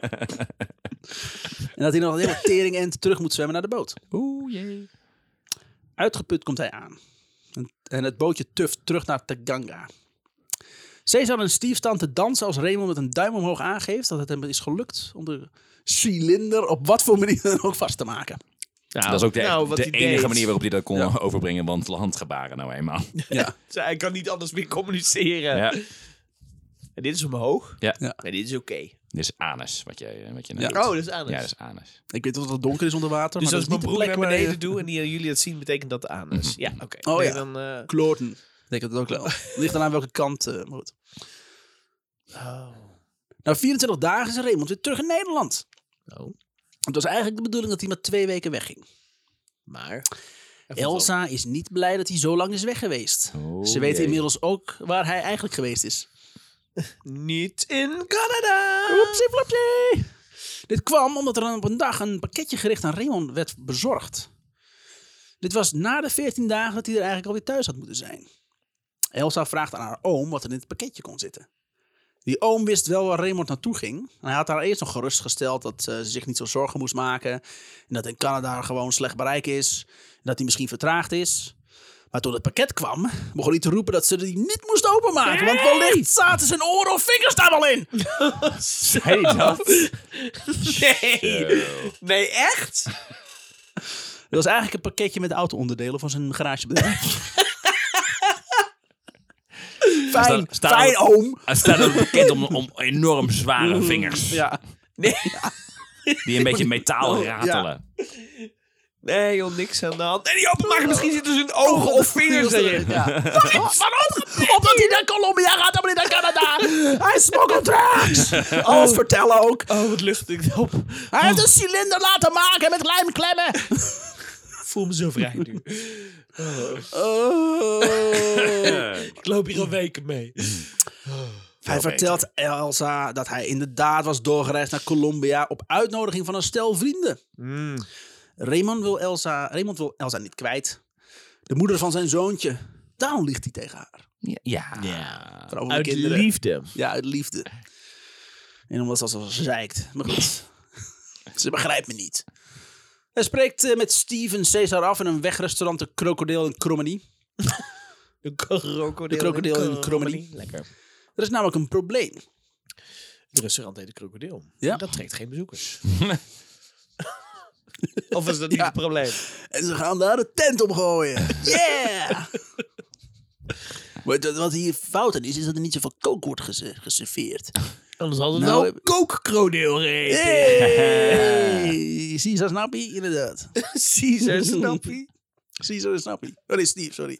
En dat hij nog een hele tering end terug moet zwemmen naar de boot.
Oeh, jee.
Uitgeput komt hij aan. En, en het bootje tuft terug naar Taganga. Caesar en Steve staan te dansen als Raymond met een duim omhoog aangeeft dat het hem is gelukt om de cilinder op wat voor manier dan ook vast te maken.
Nou,
Dat is ook de,
nou, wat
de
hij
enige
deed.
manier waarop hij dat kon
Ja.
overbrengen, want handgebaren nou eenmaal.
Ja.
Hij kan niet anders meer communiceren.
Ja.
En dit is omhoog.
Ja.
Ja.
Maar dit is oké.
Dit is anus, wat je, wat je
Ja.
net doet.
Oh, dat is anus.
Ja, dat is anus.
Ik weet dat het donker is onder water.
Dus
maar
als
dat
ik
is
mijn
niet de
broek naar
plek waar
beneden
je-
doe en die, jullie het zien, betekent dat de anus. Ja, oké.
Oh
Nee,
ja.
Dan, eh,
Kloten. Ik denk dat het ook wel. Ligt dan aan welke kant. Uh, maar goed.
oh.
Na vierentwintig dagen is Raymond weer terug in Nederland.
Oh.
Het was eigenlijk de bedoeling dat hij maar twee weken wegging.
Maar...
Elsa is niet blij dat hij zo lang is weg geweest.
Oh,
Ze weet
jee.
inmiddels ook waar hij eigenlijk geweest is.
Niet in Canada.
Oepsie flopsie. Dit kwam omdat er op een dag een pakketje gericht aan Raymond werd bezorgd. Dit was na de veertien dagen dat hij er eigenlijk alweer thuis had moeten zijn. Elsa vraagt aan haar oom wat er in het pakketje kon zitten. Die oom wist wel waar Raymond naartoe ging. En hij had haar eerst nog gerustgesteld dat uh, ze zich niet zo zorgen moest maken. En dat in Canada gewoon slecht bereik is. En dat hij misschien vertraagd is. Maar toen het pakket kwam, begon hij te roepen dat ze die niet moest openmaken. Want wellicht zaten zijn oren of vingers daar wel in.
Zei hij dat?
Nee. Nee, echt?
Dat was eigenlijk een pakketje met auto-onderdelen van zijn garagebedrijf. Fijn,
Staat- staat
fijn
er-
oom.
Er staat ook bekend om, om enorm zware vingers.
Ja.
Nee.
Die een beetje metaal ratelen.
Nee, joh, niks aan de hand. En die openmaken, misschien zitten zijn ogen of vingers erin.
Ja. Waarom? Omdat hij naar Colombia gaat, maar niet naar Canada. Hij smokkelt drugs. Alles vertellen ook.
Oh, wat lucht ik op.
Hij heeft een cilinder laten maken met lijmklemmen.
Ik voel me zo vrij nu.
Oh.
Ik loop hier al weken mee.
Hij vertelt Elsa dat hij inderdaad was doorgereisd naar Colombia op uitnodiging van een stel vrienden.
Mm.
Raymond wil Elsa, Raymond wil Elsa niet kwijt. De moeder van zijn zoontje. Daarom liegt hij tegen haar.
Ja. ja.
Ja.
Vrouw van
Uit
kinderen.
liefde.
Ja, uit liefde. En omdat ze als zeikt. Maar goed. Ze begrijpt me niet. Hij spreekt uh, met Steve en Caesar af in een wegrestaurant de Krokodil in Krommenie.
De krokodil,
De krokodil in Krommenie.
Lekker.
Er is namelijk een probleem.
Het restaurant heet de Krokodil.
Ja.
Dat trekt geen bezoekers. Of is dat niet
Ja.
het probleem?
En ze gaan daar de tent omgooien. Yeah! Maar dat- wat hier fout aan is, is dat er niet zoveel kook wordt gese- geserveerd.
Anders hadden we
Nou,
wel kookkrokodil gegeten.
Hey! Caesar Snappy, inderdaad.
Caesar, snap je?
Caesar Snappy. Oh nee, Steve, sorry.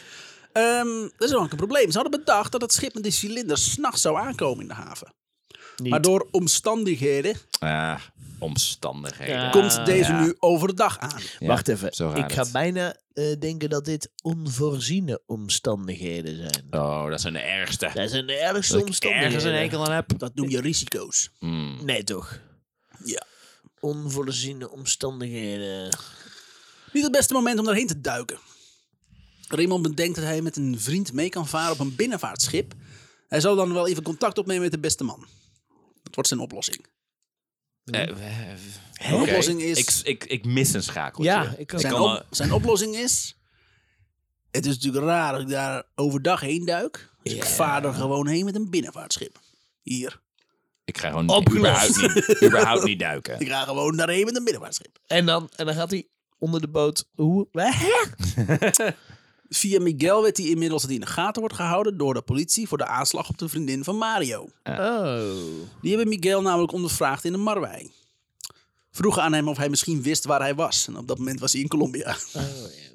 um, dat is nog een probleem. Ze hadden bedacht dat het schip met de cilinders 's nachts zou aankomen in de haven.
Niet.
Maar door omstandigheden
Ah, omstandigheden.
Ja.
komt deze
ja.
nu overdag aan.
Ja,
Wacht even.
zo gaat
Ik ga
het.
bijna uh, denken dat dit onvoorziene omstandigheden zijn.
Oh, dat zijn de ergste.
Dat zijn de ergste
Dat ik
omstandigheden.
ergens een hekel aan heb.
Dat noem je risico's.
Mm.
Nee, toch?
Ja.
Onvoorziene omstandigheden.
Niet het beste moment om daarheen te duiken. Raymond bedenkt dat hij met een vriend mee kan varen op een binnenvaartschip. Hij zal dan wel even contact opnemen met de beste man. Dat wordt zijn oplossing.
Eh, eh,
De
oké.
oplossing is...
Ik, ik, ik mis een schakeltje.
Ja, ik kan-
zijn,
kan,
op-
eh,
zijn oplossing is... Het is natuurlijk raar dat ik daar overdag heen duik. Dus ik
Ja.
vaar er gewoon heen met een binnenvaartschip. Hier.
Ik ga gewoon
Opgelost.
überhaupt niet, überhaupt niet duiken.
Ik ga gewoon daarheen met een binnenvaartschip.
En dan, en dan gaat hij onder de boot... Hoe? Hè?
Via Miguel weet hij inmiddels dat hij in de gaten wordt gehouden door de politie voor de aanslag op de vriendin van Mario.
Oh.
Die hebben Miguel namelijk ondervraagd in de Marwij. Vroegen aan hem of hij misschien wist waar hij was. En op dat moment was hij in Colombia.
Oh, ja.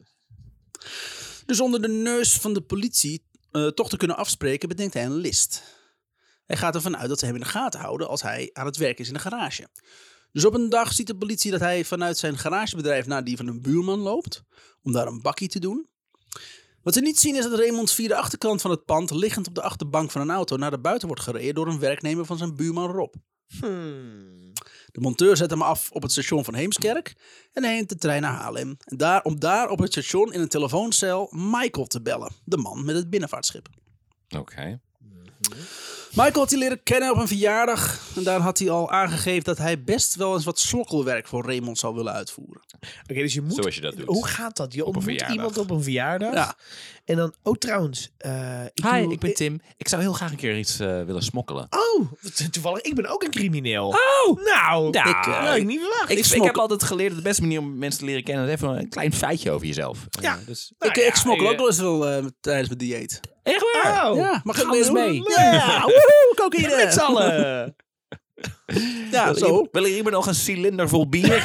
Dus onder de neus van de politie uh, toch te kunnen afspreken, bedenkt hij een list. Hij gaat ervan uit dat ze hem in de gaten houden als hij aan het werk is in de garage. Dus op een dag ziet de politie dat hij vanuit zijn garagebedrijf naar die van een buurman loopt. Om daar een bakkie te doen. Wat ze niet zien is dat Raymond via de achterkant van het pand, liggend op de achterbank van een auto, naar de buiten wordt gereden door een werknemer van zijn buurman Rob.
Hmm.
De monteur zet hem af op het station van Heemskerk en neemt de trein naar Haarlem. En daar, om daar op het station in een telefooncel Michael te bellen, de man met het binnenvaartschip.
Oké.
Michael had hij leren kennen op een verjaardag en daar had hij al aangegeven dat hij best wel eens wat slokkelwerk voor Raymond zou willen uitvoeren.
Oké, dus je moet...
Zoals je dat doet.
Hoe gaat dat? Je
een
ontmoet
verjaardag.
iemand op een verjaardag.
Ja.
En dan... Oh, trouwens. eh, ik
Hi,
doe-
ik ben Tim. Ik zou heel graag een keer iets uh, willen smokkelen.
Oh, toevallig. Ik ben ook een crimineel. Oh! Nou,
Ja,
ik, uh, had ik niet verwacht.
Ik, ik,
smokkel-
heb altijd geleerd dat de beste manier om mensen te leren kennen is even een klein feitje over jezelf.
Ja.
Uh, dus,
ik,
ja,
ik smokkel
ik,
ook wel eens wel uh, tijdens mijn dieet.
echt waar?
Oh,
Ja, mag ik
gaan
weer
we eens
doen?
mee?
Ja, woehoe, cocaïne.
Met z'n allen.
Ja,
Wil,
zo.
je, wil er iemand nog een cilinder vol bier?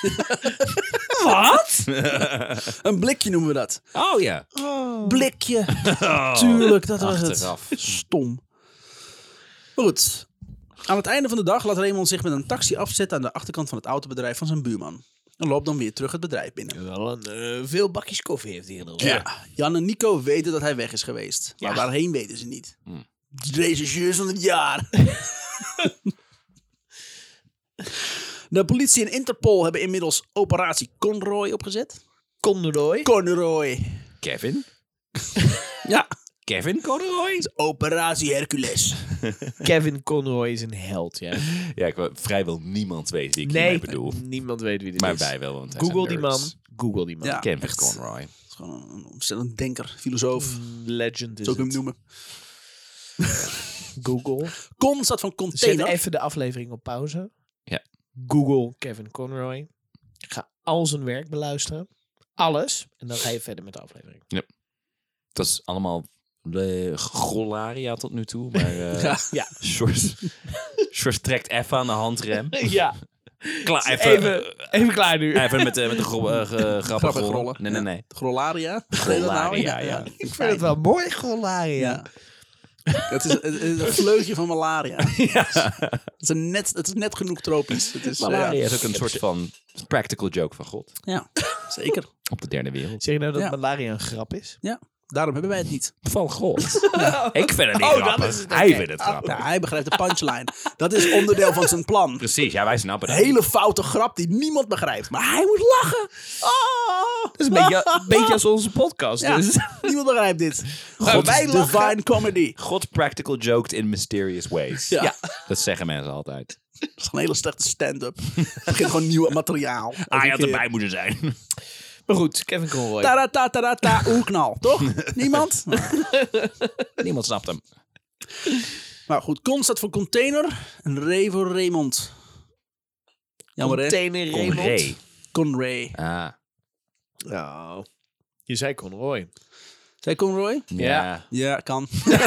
Wat?
Een blikje noemen we dat.
Oh ja.
Oh.
Blikje. Tuurlijk, dat was
Achteraf.
het. Stom. Maar goed. Aan het einde van de dag laat Raymond zich met een taxi afzetten aan de achterkant van het autobedrijf van zijn buurman. En loopt dan weer terug het bedrijf binnen.
Wel een uh, veel bakjes koffie heeft hij genomen.
Ja. Jan en Nico weten dat hij weg is geweest. Maar
Ja.
waarheen weten ze niet.
Hmm.
Regisseurs van het jaar. De politie en Interpol hebben inmiddels operatie Conroy opgezet.
Conroy.
Conroy.
Kevin?
Ja.
Kevin Conroy?
Operatie Hercules.
Kevin Conroy is een held, ja.
Ja, ik wil vrijwel niemand weet wie ik
Nee,
hiermee bedoel.
niemand weet wie dit
Maar
is.
wij wel, want wij
Google
zijn
die man.
nerds.
Google die man.
Ja.
Kevin
echt.
Conroy.
Het is gewoon een ontzettend denker, filosoof.
Legend is
Zo kun je
het.
hem noemen.
Google.
Con staat van
Zet
container.
even de aflevering op pauze.
Ja.
Google Kevin Conroy. Ga al zijn werk beluisteren. Alles. En dan ga je verder met de aflevering.
Dat is allemaal de Grollaria tot nu toe. Maar uh,
Ja.
Ja.
Sjors, Sjors trekt even aan de handrem.
Ja.
Klaar, even,
Even, even klaar nu.
even met, uh, met de gro- uh, ge- grappen
Grappig
grollen.
rollen.
Nee, nee,
Ja.
nee.
Grollaria.
Grollaria, ja.
Ik vind het wel mooi, Grollaria.
Ja. Het is, het is een vleugje van malaria. Het, is een net, het is net genoeg tropisch. Het is,
Malaria
ja.
is ook een soort van practical joke van God.
Ja, zeker.
Op de derde wereld.
Zeg je nou dat
Ja.
malaria een grap is?
Ja, daarom hebben wij het niet.
Van God. Ik vind het niet
Oh, dan
grappig.
is het
Hij
oké.
vindt het grappig.
Ja, hij begrijpt de punchline. Dat is onderdeel van zijn plan.
Precies, ja, wij snappen
Een
dat.
hele foute grap die niemand begrijpt. Maar hij moet lachen. Oh.
Dat is een beetje, een beetje als onze podcast.
Ja,
Dus.
niemand begrijpt dit.
Maar
Gods
wij lachen.
divine comedy.
God practical joked in mysterious ways.
Ja.
Dat zeggen mensen altijd.
Dat is een hele slechte stand-up. Het begint gewoon nieuw materiaal.
Ah, je had erbij moeten zijn.
Maar goed, Kevin Conroy.
Ta-da, ta ta oerknal, toch? Niemand?
Niemand snapt hem.
Maar goed, Con staat voor container en Ray voor Raymond. Jammer hè?
Container Raymond.
Conray.
Conray.
Ah,
Nou, je zei Conroy.
Zei Conroy?
ja.
Ja, kan.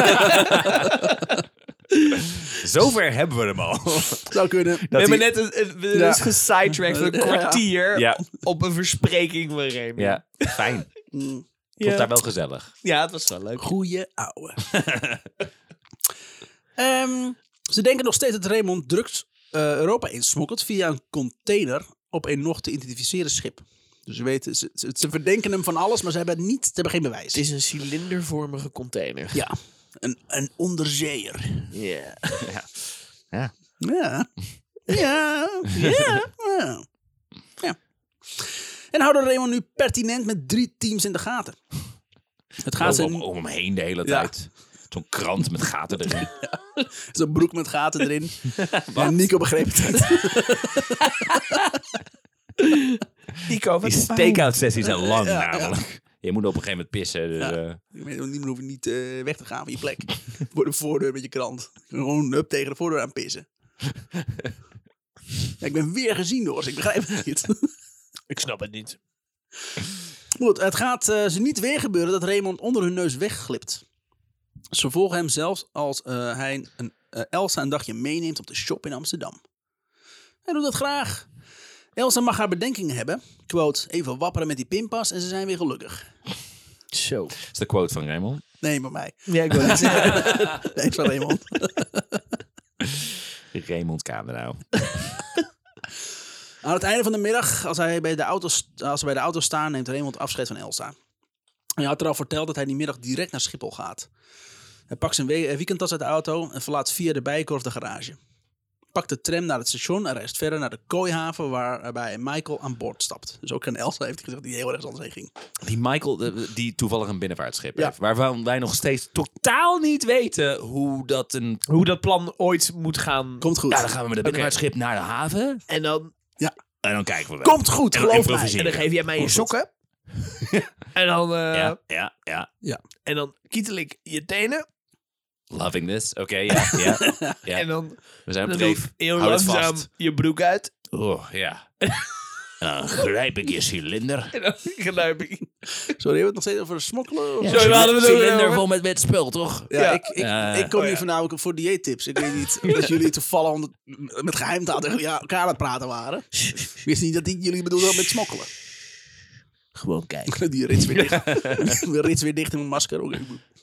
Zover hebben we hem al.
Zou kunnen.
We hebben net een, een, we
Ja.
is gesidetracked voor een
Ja.
kwartier
Ja.
op een verspreking van Raymond.
Ja, fijn.
Mm,
Vond
Ja.
daar wel gezellig.
Ja, het was wel leuk.
Goeie ouwe. Ehm, Ze denken nog steeds dat Raymond drugs uh, Europa insmokkelt via een container op een nog te identificeren schip. Dus ze, weten, ze, ze, ze verdenken hem van alles, maar ze hebben, niet, ze hebben geen bewijs.
Het is een cilindervormige container.
Ja, een, een onderzeeër.
Ja.
Ja. Ja.
Ja. Ja. Ja. Ja. Ja. En houden Raymond nu pertinent met drie teams in de gaten. Het gaat
Om,
zijn...
om, om hem heen de hele
Ja.
tijd. Zo'n krant met gaten erin.
Zo'n broek met gaten erin. Ja, Nico begreep het.
Nico,
Die stakeout sessies zijn lang
Ja, ja.
namelijk. Je moet op een gegeven moment pissen. Dus,
Ja.
eh,
Ik weet niet, hoef je niet uh, weg te gaan van je plek. Voor de voordeur met je krant. Gewoon hup tegen de voordeur aan pissen. Ja, ik ben weer gezien door, dus ik begrijp het niet.
Ik snap het niet.
Goed, het gaat uh, ze niet weer gebeuren dat Raymond onder hun neus wegglipt. Ze volgen hem zelfs als uh, hij een, uh, Elsa een dagje meeneemt op de shop in Amsterdam. Hij doet dat graag. Elsa mag haar bedenkingen hebben. Quote, even wapperen met die pinpas en ze zijn weer gelukkig.
Zo.
dat is de quote van Raymond.
Nee, maar mij.
Ja, ik wil het zeggen.
Nee, van Raymond.
Raymond Kamerau.
Aan het einde van de middag, als, hij bij de auto, als ze bij de auto staan, neemt Raymond afscheid van Elsa. Hij had er al verteld dat hij die middag direct naar Schiphol gaat. Hij pakt zijn we- weekendtas uit de auto en verlaat via de Bijenkorf de garage. Pakt de tram naar het station en reist verder naar de kooihaven waarbij Michael aan boord stapt. Dus ook aan Elsa heeft hij gezegd die heel erg anders heen ging.
Die Michael, de- die toevallig een binnenvaartschip
Ja.
heeft. Waarvan wij nog steeds totaal niet weten hoe dat een...
Hoe dat plan ooit moet gaan.
Komt goed.
Ja, dan gaan we met het binnenvaartschip naar de haven.
En dan,
En dan kijken we wel.
Komt goed,
En dan
geloof mij.
improviseren.
en dan geef jij mij je sokken. En dan, uh,
Ja, ja, ja.
en dan kietel ik je tenen.
Loving this. Oké, ja, ja. ja.
En dan,
We zijn op
dan
de
doe
dreef.
ik heel
Hou het
langzaam
vast.
je broek uit.
Oh, ja. En dan grijp ik je cilinder.
En dan grijp ik.
Sorry, hebben we het nog steeds over smokkelen? Of-
Sorry, we hadden het over-
Cilinder vol met, met spul, toch?
Ja,
Ja.
ik, ik,
Ja.
ik kom
Oh,
hier
ja.
voornamelijk voor dieettips. Ik weet niet dat jullie toevallig onder, met geheimtaal tegen ja, elkaar aan het praten waren. Ik wist niet dat die jullie bedoelden met smokkelen.
Gewoon kijken.
Die rits weer dicht. Die rits weer dicht in mijn masker. Oké.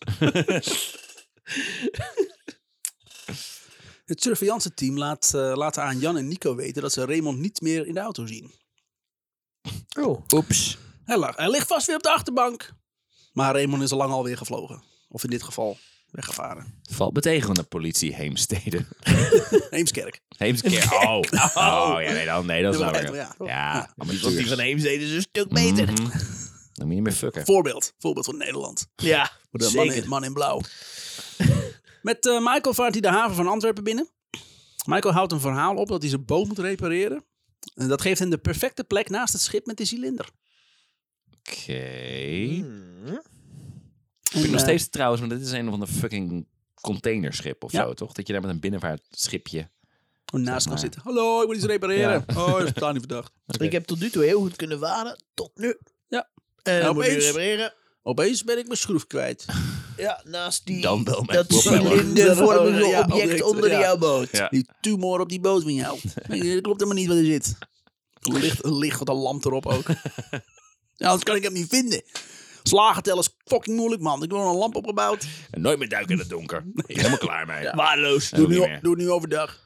Het surveillance-team laat, uh, laat aan Jan en Nico weten dat ze Raymond niet meer in de auto zien.
Oh.
Oeps.
Hij, lag, hij ligt vast weer op de achterbank. Maar Raymond is al lang alweer gevlogen. Of in dit geval weggevaren.
Valt me tegen van de politie Heemstede.
Heemskerk.
Heemskerk. Oh. Oh, ja, nee, dan, nee, dat is
Ja,
nou
maar-
weer.
ja, toch?
Ja,
Want die van Heemstede is een stuk beter.
Mhm. Dan moet je niet meer fucken.
Voorbeeld. Voorbeeld van Nederland.
Ja,
De man
zeker.
in, man in blauw. Met uh, Michael vaart hij de haven van Antwerpen binnen. Michael houdt een verhaal op dat hij zijn boot moet repareren. En dat geeft hem de perfecte plek naast het schip met de cilinder.
Oké.
Hmm.
Ik vind
En,
nog
uh,
steeds trouwens, want dit is een of ander fucking containerschip of
Ja.
zo, toch? Dat je daar met een binnenvaartschipje...
Hoe naast
Zeg
kan
maar.
zitten. Hallo, ik moet iets repareren.
Ja.
Oh, dat is totaal niet verdacht.
Ik heb tot nu toe heel goed kunnen waden. Tot nu.
Ja.
En
En
dan moet je
opeens-
repareren.
Opeens ben ik mijn schroef kwijt.
Ja, naast die...
Dan bel mij
dat
propeller.
cilindervormige
Ja,
object
object,
onder
ja.
jouw boot.
Ja.
Die tumor op die boot van jou. Nee, dat klopt helemaal niet wat er zit. Er ligt, er ligt wat een lamp erop ook. Ja, anders kan ik hem niet vinden. Slagen tellen is fucking moeilijk, man. Ik heb er een lamp opgebouwd.
En nooit meer duiken in het donker. Ik ben helemaal klaar mee.
Ja.
Waardeloos.
Doe,
niet
nu,
meer.
doe het nu overdag.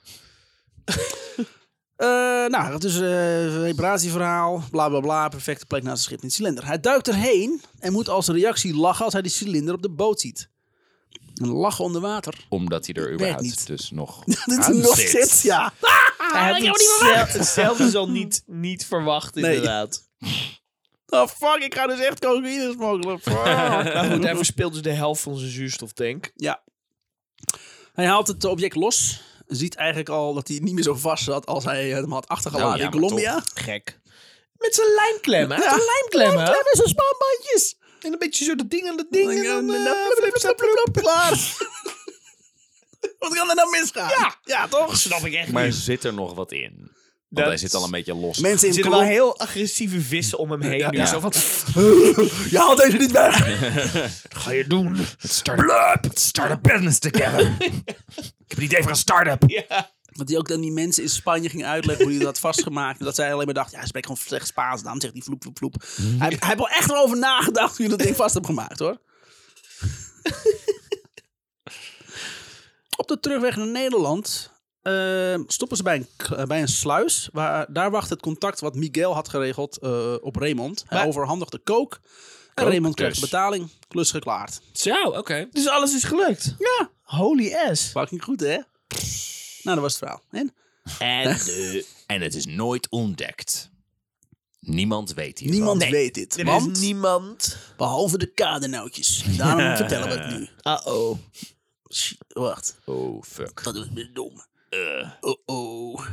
Eh, nou, het is een reparatieverhaal. Bla bla bla. Perfecte plek naast het schip in de cilinder. Hij duikt erheen en moet als reactie lachen als hij die cilinder op de boot ziet. En lachen onder water.
Omdat hij er überhaupt
niet.
dus nog
Dit is
aan
nog
zit.
zit, ja.
Hij had het zelf, hetzelfde zal niet, niet verwacht,
Nee.
inderdaad.
Oh fuck, ik ga dus echt cocaïne smokkelen. Fuck.
Maar goed, hij verspeelt dus de helft van zijn zuurstoftank.
Ja. Hij haalt het object los. Ziet eigenlijk al dat hij niet meer zo vast zat als hij hem had achtergelaten
Nou ja,
in
maar
Colombia.
Gek. Met zijn lijmklemmen. Hij heeft een lijmklemmen.
Klemmen, zijn spanbandjes.
En een beetje zo dat ding aan dat ding. En dan,
En
eh,
dan flip, flip, flip, flip, klaar. Wat kan er nou misgaan?
Ja.
Ja, toch?
snap ik echt
Maar
niet.
zit er nog wat in? Want
Dat-
hij zit al een beetje los.
Mensen
Er
in
zitten wel
Colombia...
heel agressieve vissen om hem heen.
Ja,
nu.
ja.
Zo van,
Je haalt deze niet weg.
wat ga je doen?
Start, let's start a business together. Ik heb een idee voor een start-up.
Ja.
Dat hij ook dan die mensen in Spanje ging uitleggen hoe hij dat had vastgemaakt. En dat zij alleen maar dacht, ja, hij spreekt gewoon slecht Spaans. Daarom zegt hij vloep, vloep, vloep. Hij, hij heeft wel echt erover nagedacht hoe je dat ding vast hebt gemaakt, hoor. Op de terugweg naar Nederland uh, stoppen ze bij een, k- bij een sluis. Waar, daar wacht het contact wat Miguel had geregeld uh, op Raymond. Hij
Maar-
overhandigt de kook. En
Kook,
Raymond krijgt de
dus.
betaling. Klus geklaard.
Zo, oké. Okay.
Dus alles is gelukt.
Ja,
Holy ass.
fucking goed hè? Nou, dat was het verhaal. En?
En, uh, en het is nooit ontdekt. Niemand weet hiervan.
Niemand
Nee,
weet dit.
Er
Want,
is niemand.
behalve de kadernoutjes. En daarom vertellen we het nu.
Uh-oh.
Shit, wacht,
Oh, fuck.
dat is weer dom.
Uh.
Oh oh.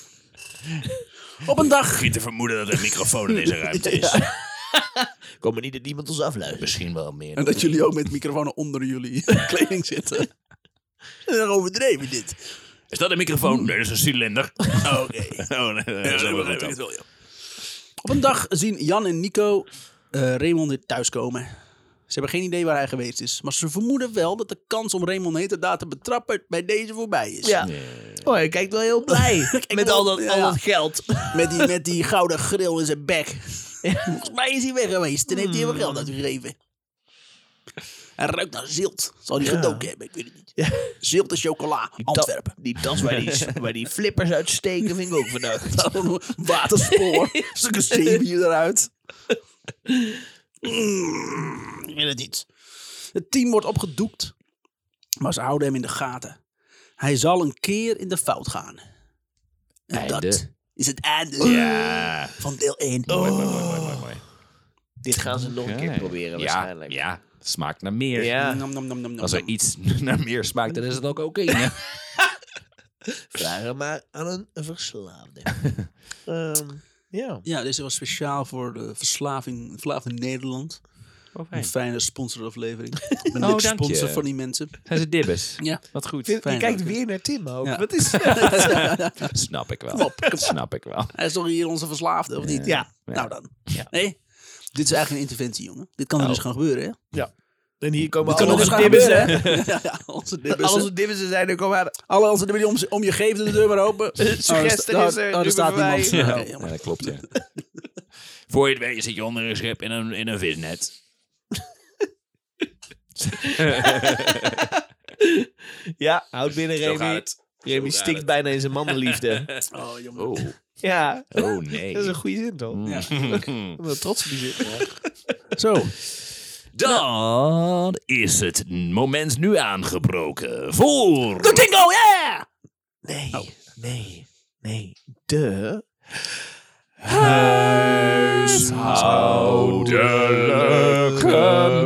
Op een dag.
Begint te vermoeden dat er een microfoon in deze ruimte is.
Kom maar niet dat niemand ons afluistert.
Misschien wel meer.
En dat jullie ook met microfoons onder jullie kleding zitten. Dat is overdreven dit.
Is dat een microfoon? Nee, dat is een cilinder.
Oké.
Oh, nee, nee, dat is helemaal goed dan.
wel, ja. Op een dag zien Jan en Nico uh, Raymond weer thuiskomen. Ze hebben geen idee waar hij geweest is. Maar ze vermoeden wel dat de kans om Raymond heterdaad te betrappen bij deze voorbij is.
Ja. Oh, hij kijkt wel heel blij. Met
wel-
al dat,
ja,
al
ja.
dat geld.
Met, die, met die gouden grill in zijn bek. Volgens mij is hij weg geweest en heeft hij heel veel geld uitgegeven. Hij ruikt naar zilt. Zal hij
Ja.
gedoken hebben, ik weet het niet.
Ja.
Zilt en chocola,
Die ta-
Antwerpen.
Die tas waar die, waar die flippers uitsteken vind ik ook verdacht.
Waterspoor, stukken zeebier eruit. Mm, ik weet het niet. Het team wordt opgedoekt, maar ze houden hem in de gaten. Hij zal een keer in de fout gaan. En
Einde.
dat is het einde
Ja.
van deel één.
Mooi, mooi, mooi, mooi, mooi, mooi.
Dit gaan ze nog een keer
Oké.
proberen
Ja,
waarschijnlijk.
ja, smaakt naar meer.
Ja.
Nom, nom, nom, nom, nom,
Als er
nom.
iets naar meer smaakt, dan is het ook oké.
Vraag hem maar aan een verslaafde. Ehm, ja.
Ja, deze was speciaal voor de verslaving, verslaafde Nederland. Een fijne sponsoraflevering. Ik ben
Oh,
ook
dank je.
sponsor van die mensen.
Zijn ze dibbes?
Ja.
Wat goed.
Je
Fijn,
kijkt
dank je.
weer naar Tim ook.
Ja.
Wat is
Snap ik wel.
Kom op, kom op.
Snap ik wel.
Hij is toch hier onze verslaafde, of niet?
Ja.
Nou dan.
Ja.
Nee? Dit is eigenlijk een interventie, jongen. Dit kan er
Oh.
dus gaan gebeuren, hè?
Ja. En hier komen
Dit kan
alle
er dus
onze
gaan
dibbissen.
gebeuren, hè? Ja, ja, onze dibbissen.
Alle onze dibbissen zijn er. Kom maar.
Alle onze dibbissen om, om je geeft de deur maar open.
Suggestie
Oh,
is er,
oh, er
nu
staat
bij
niemand.
mij.
Oké,
Ja,
jammer.
dat klopt, ja. Voor je het weet zit je onder een schip in een, in een visnet.
Ja, houd binnen
Zo
Remy.
gaat het.
Remy
Zo gaat
stikt
het.
bijna in zijn mannenliefde.
Oh, jongen.
Oh,
Ja,
oh nee.
dat is een goede zin toch?
Ja.
Ik ben wel trots op die zin.
Zo.
Dan is het moment nu aangebroken voor...
De dingo, yeah!
Nee, nee, nee. De...
Huishoudelijke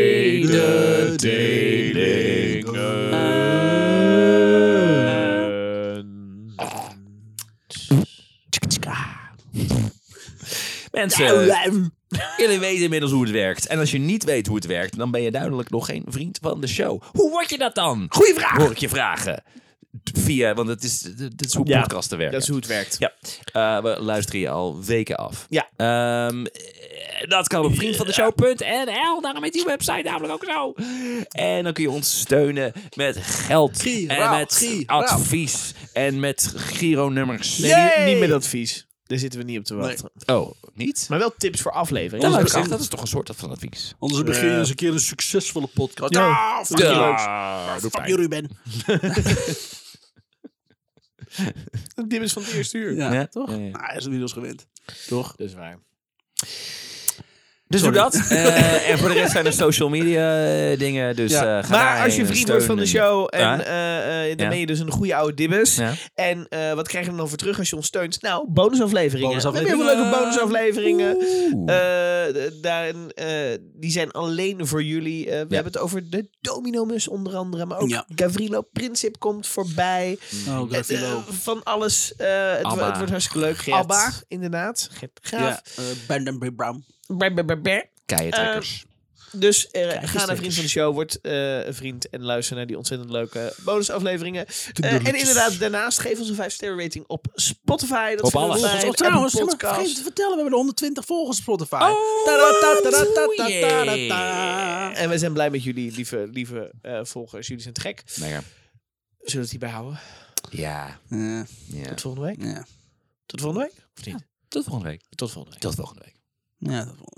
Mensen, jullie weten inmiddels hoe het werkt. En als je niet weet hoe het werkt, dan ben je duidelijk nog geen vriend van de show. Hoe word je dat dan? Goeie vraag. Hoor ik je vragen. Via, want het is, dit is hoe
Ja,
podcasten werken.
Dat is hoe het werkt.
Ja, eh, we luisteren je al weken af.
Ja.
Ehm, eh, dat kan op vriendvandeshow punt n l. Daarom heet die website namelijk ook zo. En dan kun je ons steunen met geld.
Giraal,
en met
giraal.
advies. En met Giro-nummers.
Nee, niet, niet met advies. Daar zitten we niet op te wachten.
Oh, niet?
Maar wel tips voor afleveringen.
Ja,
Dat
maar
is
ik zeg,
ook-
dat is toch een soort van advies.
Anders begin je eens een keer een succesvolle podcast.
Ja.
Ah, fuck
Ja.
you.
doe
Fuck you, Ruben.
Dit is van het eerste uur.
Ja,
Ja,
toch?
ja, ja.
Ah, hij is inmiddels gewend. Toch?
Dat is waar.
Dus doe dat. Eh, en voor de rest zijn er social media eh, dingen. Dus,
Ja.
eh, ga
Maar
daarheen
als je
en
vriend wordt van de
steunen.
show, en,
Ja.
eh, eh, dan
Ja.
ben je dus een goede oude dibbes.
Ja.
En eh, wat krijg je er dan voor terug als je ons steunt? Nou, bonusafleveringen.
Bonusafleveringen.
We hebben heel veel leuke bonusafleveringen.
Oeh.
Eh, d- daarin, eh, die zijn alleen voor jullie. Eh, we hebben het over de Dominomus onder andere. Maar ook
Ja.
Gavrilo Princip komt voorbij.
Oh,
Eh,
Gavrilo.
eh, van alles. Eh, het, wo-
Abba.
het wordt hartstikke leuk.
Gert.
Abba, inderdaad. Gert Graaf.
Ja, uh, Brandon Brown.
Brr, brr, brr, brr.
Keiertrekkers.
Dus eh,
Kijk,
ga naar Vriend van de Show, word eh, een vriend en luister naar die ontzettend leuke bonusafleveringen. Eh, en inderdaad, daarnaast geef ons een vijf sterren rating op Spotify. Dat
Op
vinden we
alles.
fijn.
Oh, trouwens,
Apple
ja, maar
Podcast.
vergeet te vertellen, we hebben de honderdtwintig volgers op Spotify.
Oh,
Ta-da-ta-ta-ta-ta-ta-ta.
En we zijn blij met jullie, lieve, lieve eh, volgers. Jullie zijn te gek.
Lekker.
Zullen we het hierbij houden?
Ja.
Ja,
ja.
Tot volgende week.
ja.
Tot volgende week? Of niet?
Tot volgende week.
Tot volgende week.
Tot volgende week.
Ja, dat